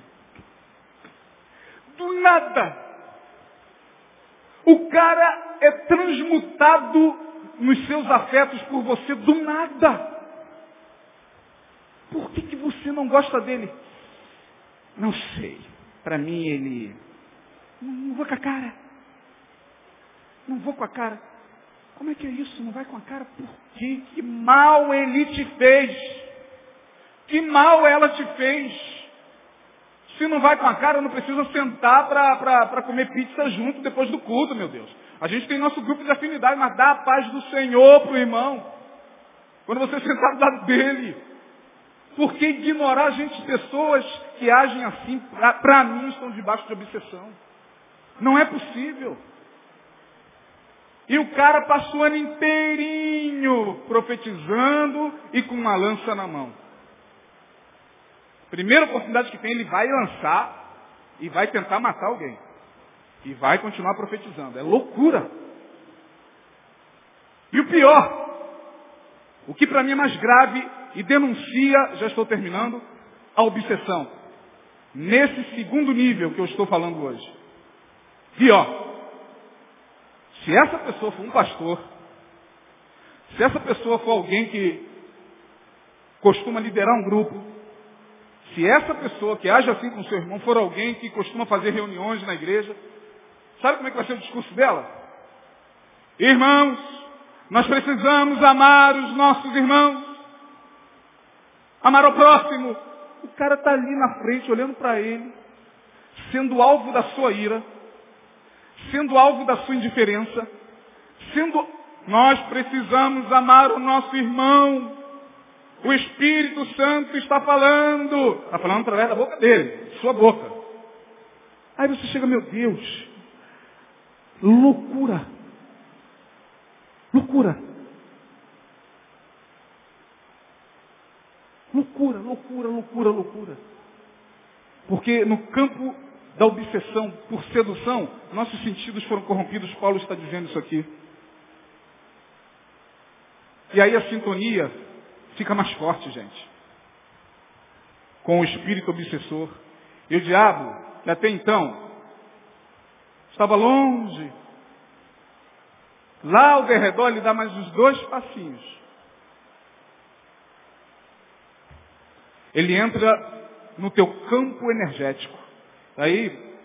Do nada. O cara é transmutado nos seus afetos por você do nada. Por que, que você não gosta dele? Não sei. Para mim ele... Não vou com a cara. Não vou com a cara. Como é que é isso? Não vai com a cara? Por quê? Que mal ele te fez. Que mal ela te fez. Se não vai com a cara, não precisa sentar para comer pizza junto depois do culto, meu Deus. A gente tem nosso grupo de afinidade, mas dá a paz do Senhor para o irmão. Quando você sentar do lado dele. Por que ignorar, gente, pessoas que agem assim, para mim, estão debaixo de obsessão? Não é possível. E o cara passa o ano inteirinho profetizando e com uma lança na mão. Primeira oportunidade que tem, ele vai lançar e vai tentar matar alguém. E vai continuar profetizando. É loucura. E o pior, o que para mim é mais grave e denuncia, já estou terminando, a obsessão. Nesse segundo nível que eu estou falando hoje. Pior. Se essa pessoa for um pastor, se essa pessoa for alguém que costuma liderar um grupo, se essa pessoa que age assim com seu irmão for alguém que costuma fazer reuniões na igreja, sabe como é que vai ser o discurso dela? Irmãos, nós precisamos amar os nossos irmãos, amar o próximo. O cara está ali na frente, olhando para ele, sendo alvo da sua ira, sendo alvo da sua indiferença, sendo... Nós precisamos amar o nosso irmão. O Espírito Santo está falando. Está falando através da boca dele, sua boca. Aí você chega, meu Deus, loucura. Loucura. Loucura, loucura, loucura, loucura. Porque no campo da obsessão por sedução, nossos sentidos foram corrompidos. Paulo está dizendo isso aqui. E aí a sintonia fica mais forte, gente. Com o espírito obsessor. E o diabo, que até então estava longe, lá ao derredor ele dá mais uns dois passinhos. Ele entra no teu campo energético. Aí,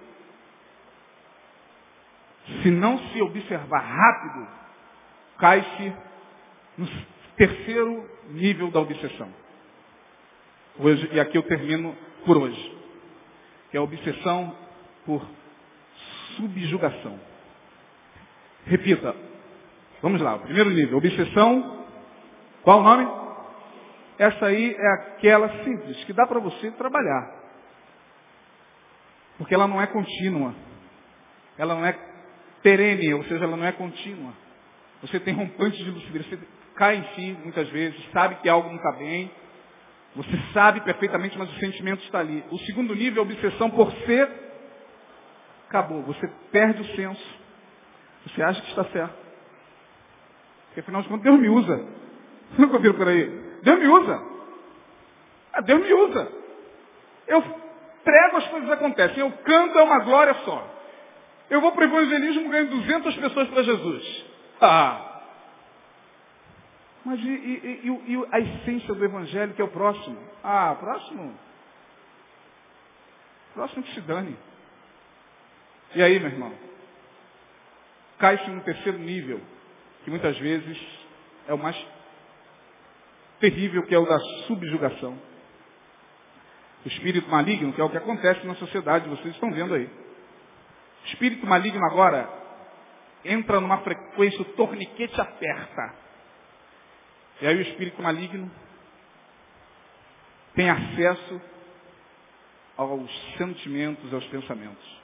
se não se observar rápido, cai-se no terceiro nível da obsessão. Hoje, e aqui eu termino por hoje. Que é a obsessão por subjugação. Repita. Vamos lá, o primeiro nível. Obsessão, qual o nome? Essa aí é aquela simples, que dá para você trabalhar. Porque ela não é contínua. Ela não é perene, ou seja, ela não é contínua. Você tem rompantes de lucidez, você cai em si muitas vezes, sabe que algo não está bem. Você sabe perfeitamente, mas o sentimento está ali. O segundo nível é a obsessão por ser. Acabou, você perde o senso. Você acha que está certo. Porque afinal de contas, Deus me usa. Você nunca ouviu por aí? Deus me usa. Ah, Deus me usa. Eu prego, as coisas acontecem. Eu canto, é uma glória só. Eu vou para o evangelismo, ganho duzentas pessoas para Jesus. Ah! Mas e, e, e, e a essência do evangelho, que é o próximo? Ah, próximo? Próximo que se dane. E aí, meu irmão? Cai-se no terceiro nível, que muitas vezes é o mais terrível, que é o da subjugação. O espírito maligno, que é o que acontece na sociedade, vocês estão vendo aí. O espírito maligno agora entra numa frequência, o torniquete aperta. E aí o espírito maligno tem acesso aos sentimentos, aos pensamentos.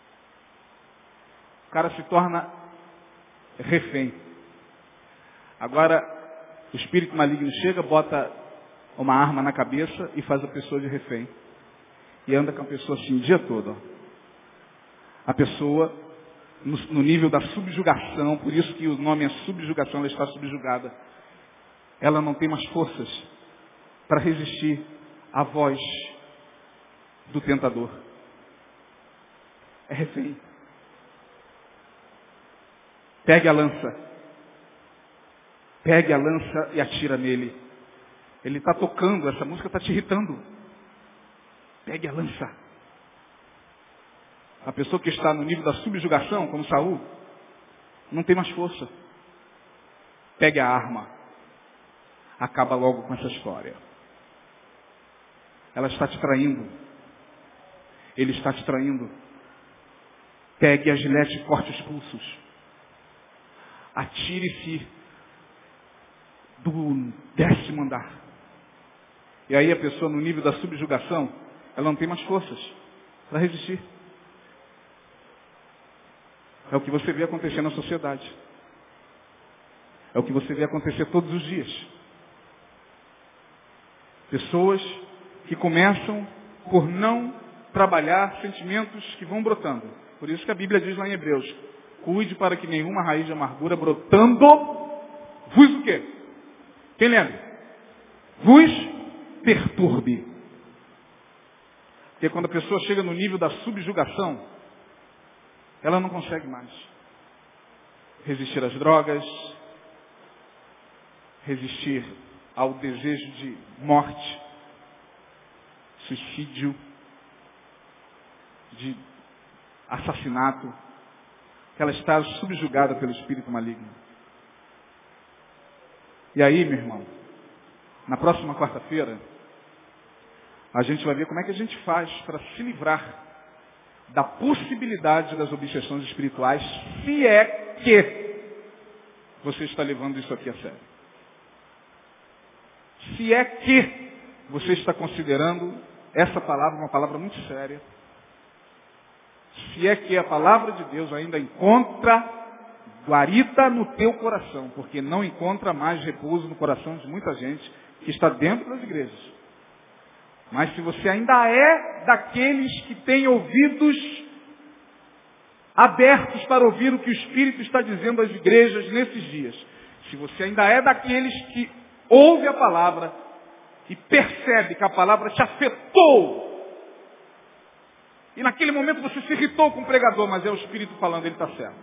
O cara se torna refém. Agora, o espírito maligno chega, bota uma arma na cabeça e faz a pessoa de refém. E anda com a pessoa assim o dia todo. Ó. A pessoa, no, no nível da subjugação, por isso que o nome é subjugação, ela está subjugada. Ela não tem mais forças para resistir à voz do tentador. É refém. Pegue a lança. Pegue a lança e atira nele. Ele está tocando, essa música está te irritando. Pegue a lança. A pessoa que está no nível da subjugação, como Saul, não tem mais força. Pegue a arma. Acaba logo com essa história. Ela está te traindo. Ele está te traindo. Pegue a gilete e corte os pulsos. Atire-se do décimo andar. E aí a pessoa no nível da subjugação, ela não tem mais forças para resistir. É o que você vê acontecer na sociedade. É o que você vê acontecer todos os dias. Pessoas que começam por não trabalhar sentimentos que vão brotando. Por isso que a Bíblia diz lá em Hebreus, cuide para que nenhuma raiz de amargura brotando, vos o quê? Quem lembra? Vos perturbe. Porque quando a pessoa chega no nível da subjugação, ela não consegue mais resistir às drogas, resistir ao desejo de morte, suicídio, de assassinato, que ela está subjugada pelo espírito maligno. E aí, meu irmão, na próxima quarta-feira, a gente vai ver como é que a gente faz para se livrar da possibilidade das obsessões espirituais, se é que você está levando isso aqui a sério. Se é que você está considerando essa palavra uma palavra muito séria, se é que a palavra de Deus ainda encontra guarita no teu coração, porque não encontra mais repouso no coração de muita gente que está dentro das igrejas. Mas se você ainda é daqueles que têm ouvidos abertos para ouvir o que o Espírito está dizendo às igrejas nesses dias, se você ainda é daqueles que ouve a palavra e percebe que a palavra te afetou, e naquele momento você se irritou com o pregador, mas é o Espírito falando, ele está certo.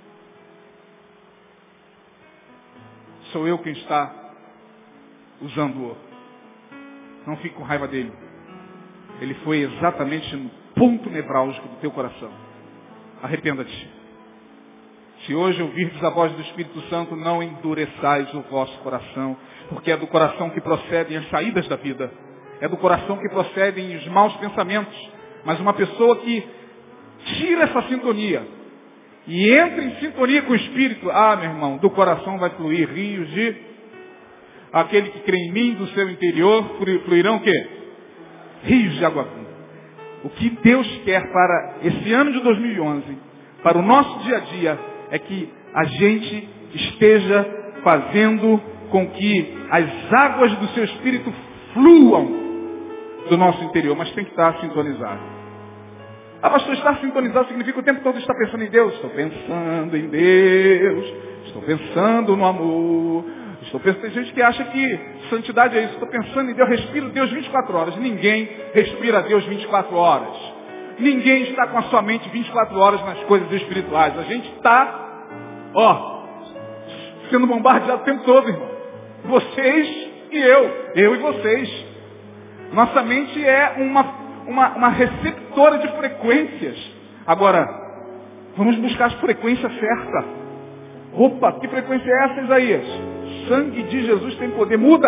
Sou eu quem está usando-o. Não fique com raiva dele. Ele foi exatamente no ponto nevrálgico do teu coração. Arrependa-te. Se hoje ouvirdes a voz do Espírito Santo, não endureçais o vosso coração, porque é do coração que procedem as saídas da vida. É do coração que procedem os maus pensamentos. Mas uma pessoa que tira essa sintonia e entra em sintonia com o Espírito, ah, meu irmão, do coração vai fluir rios de... Aquele que crê em mim, do seu interior, fluirão o quê? Rios de água viva. O que Deus quer para esse ano de dois mil e onze, para o nosso dia a dia, é que a gente esteja fazendo com que as águas do seu Espírito fluam do nosso interior, mas tem que estar sintonizado. Ah, pastor, estar sintonizado significa o tempo todo estar pensando em Deus. Estou pensando em Deus, estou pensando no amor, estou pensando... Tem gente que acha que santidade é isso, estou pensando em Deus, respiro Deus vinte e quatro horas. Ninguém respira Deus vinte e quatro horas. Ninguém está com a sua mente vinte e quatro horas nas coisas espirituais. A gente está, ó, sendo bombardeado o tempo todo, irmão. Vocês e eu, eu e vocês. Nossa mente é uma, uma, uma receptora de frequências. Agora, vamos buscar as frequências certas. Opa, que frequência é essa, Isaías? Sangue de Jesus tem poder. Muda.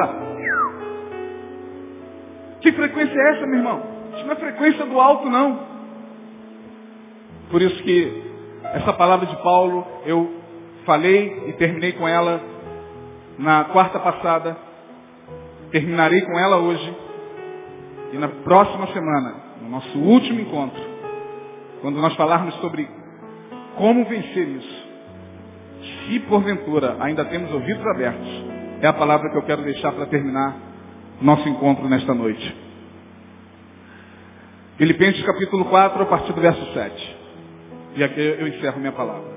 Que frequência é essa, meu irmão? Isso não é frequência do alto, não. Por isso que essa palavra de Paulo, eu falei e terminei com ela na quarta passada. Terminarei com ela hoje. E na próxima semana, no nosso último encontro, quando nós falarmos sobre como vencer isso, se porventura ainda temos ouvidos abertos, é a palavra que eu quero deixar para terminar nosso encontro nesta noite. Filipenses capítulo quatro, a partir do verso sete. E aqui eu encerro minha palavra.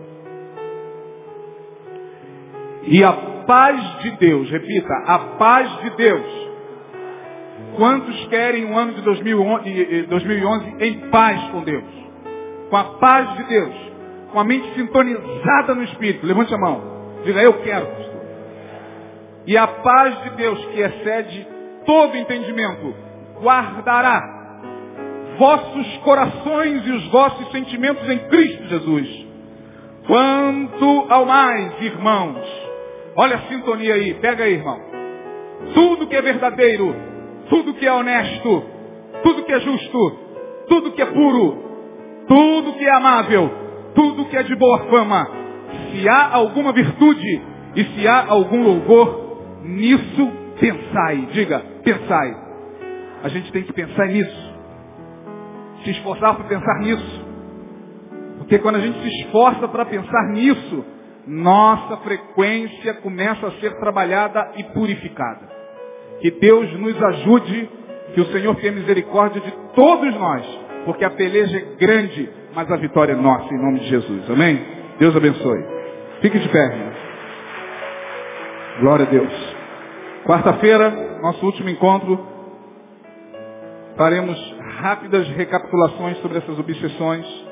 E a paz de Deus, repita, a paz de Deus. Quantos querem um ano de dois mil e onze em paz com Deus? Com a paz de Deus. Com a mente sintonizada no Espírito. Levante a mão. Diga, eu quero, pastor. E a paz de Deus, que excede todo entendimento, guardará vossos corações e os vossos sentimentos em Cristo Jesus. Quanto ao mais, irmãos. Olha a sintonia aí. Pega aí, irmão. Tudo que é verdadeiro, tudo que é honesto, tudo que é justo, tudo que é puro, tudo que é amável, tudo que é de boa fama, se há alguma virtude e se há algum louvor, nisso pensai. Diga, pensai. A gente tem que pensar nisso. Se esforçar para pensar nisso. Porque quando a gente se esforça para pensar nisso, nossa frequência começa a ser trabalhada e purificada. Que Deus nos ajude, que o Senhor tenha misericórdia de todos nós, porque a peleja é grande, mas a vitória é nossa, em nome de Jesus. Amém? Deus abençoe. Fique de pé, irmão. Glória a Deus. Quarta-feira, nosso último encontro, faremos rápidas recapitulações sobre essas obsessões.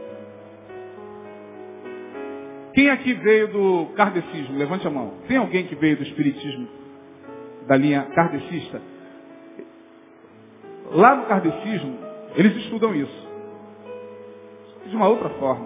Quem aqui veio do kardecismo? Levante a mão. Tem alguém que veio do espiritismo, da linha kardecista? Lá no kardecismo, eles estudam isso. De uma outra forma.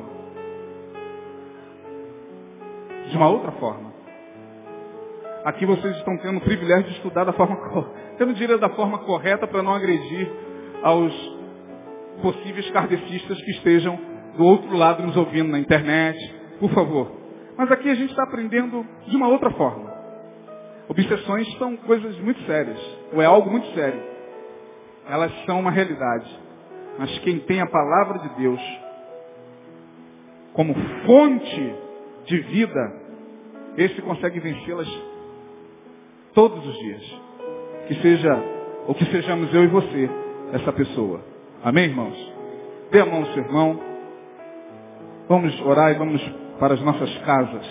De uma outra forma. Aqui vocês estão tendo o privilégio de estudar da forma correta. Eu não diria da forma correta para não agredir aos possíveis kardecistas que estejam do outro lado nos ouvindo na internet. Por favor. Mas aqui a gente está aprendendo de uma outra forma. Obsessões são coisas muito sérias. Ou é algo muito sério. Elas são uma realidade. Mas quem tem a palavra de Deus como fonte de vida, esse consegue vencê-las todos os dias. Que seja, ou que sejamos eu e você, essa pessoa. Amém, irmãos? Dê a mão ao seu irmão. Vamos orar e vamos para as nossas casas.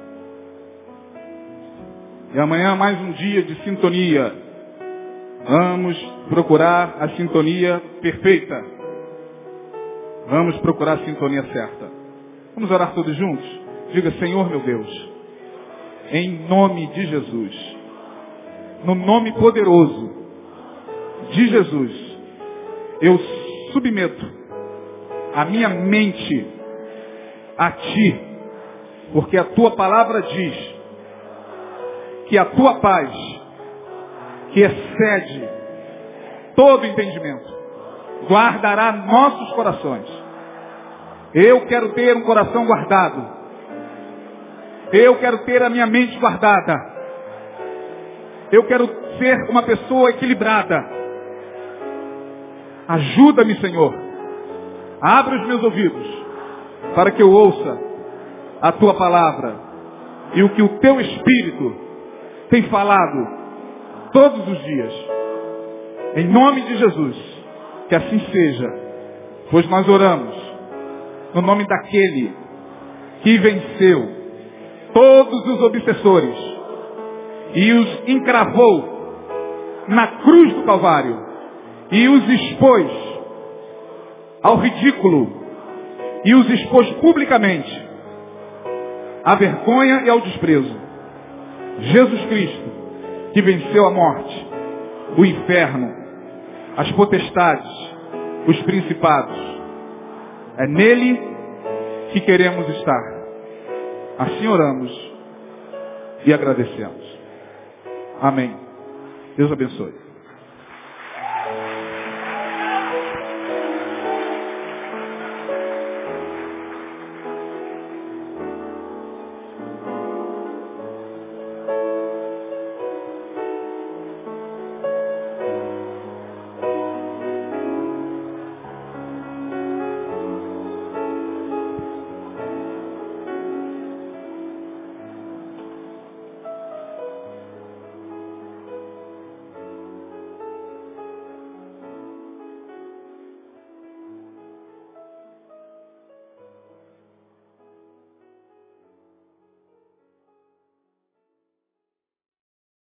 E amanhã mais um dia de sintonia. Vamos procurar a sintonia perfeita. Vamos procurar a sintonia certa. Vamos orar todos juntos? Diga, Senhor meu Deus, em nome de Jesus, no nome poderoso de Jesus, eu submeto a minha mente a Ti, porque a Tua palavra diz que a Tua paz, que excede todo entendimento, guardará nossos corações. Eu quero ter um coração guardado. Eu quero ter a minha mente guardada. Eu quero ser uma pessoa equilibrada. Ajuda-me, Senhor. Abre os meus ouvidos para que eu ouça a Tua palavra e o que o Teu Espírito tem falado todos os dias. Em nome de Jesus, que assim seja, pois nós oramos no nome daquele que venceu todos os obsessores e os encravou na cruz do Calvário e os expôs ao ridículo e os expôs publicamente à vergonha e ao desprezo. Jesus Cristo, que venceu a morte, o inferno, as potestades, os principados. É nele que queremos estar. Assim oramos e agradecemos. Amém. Deus abençoe.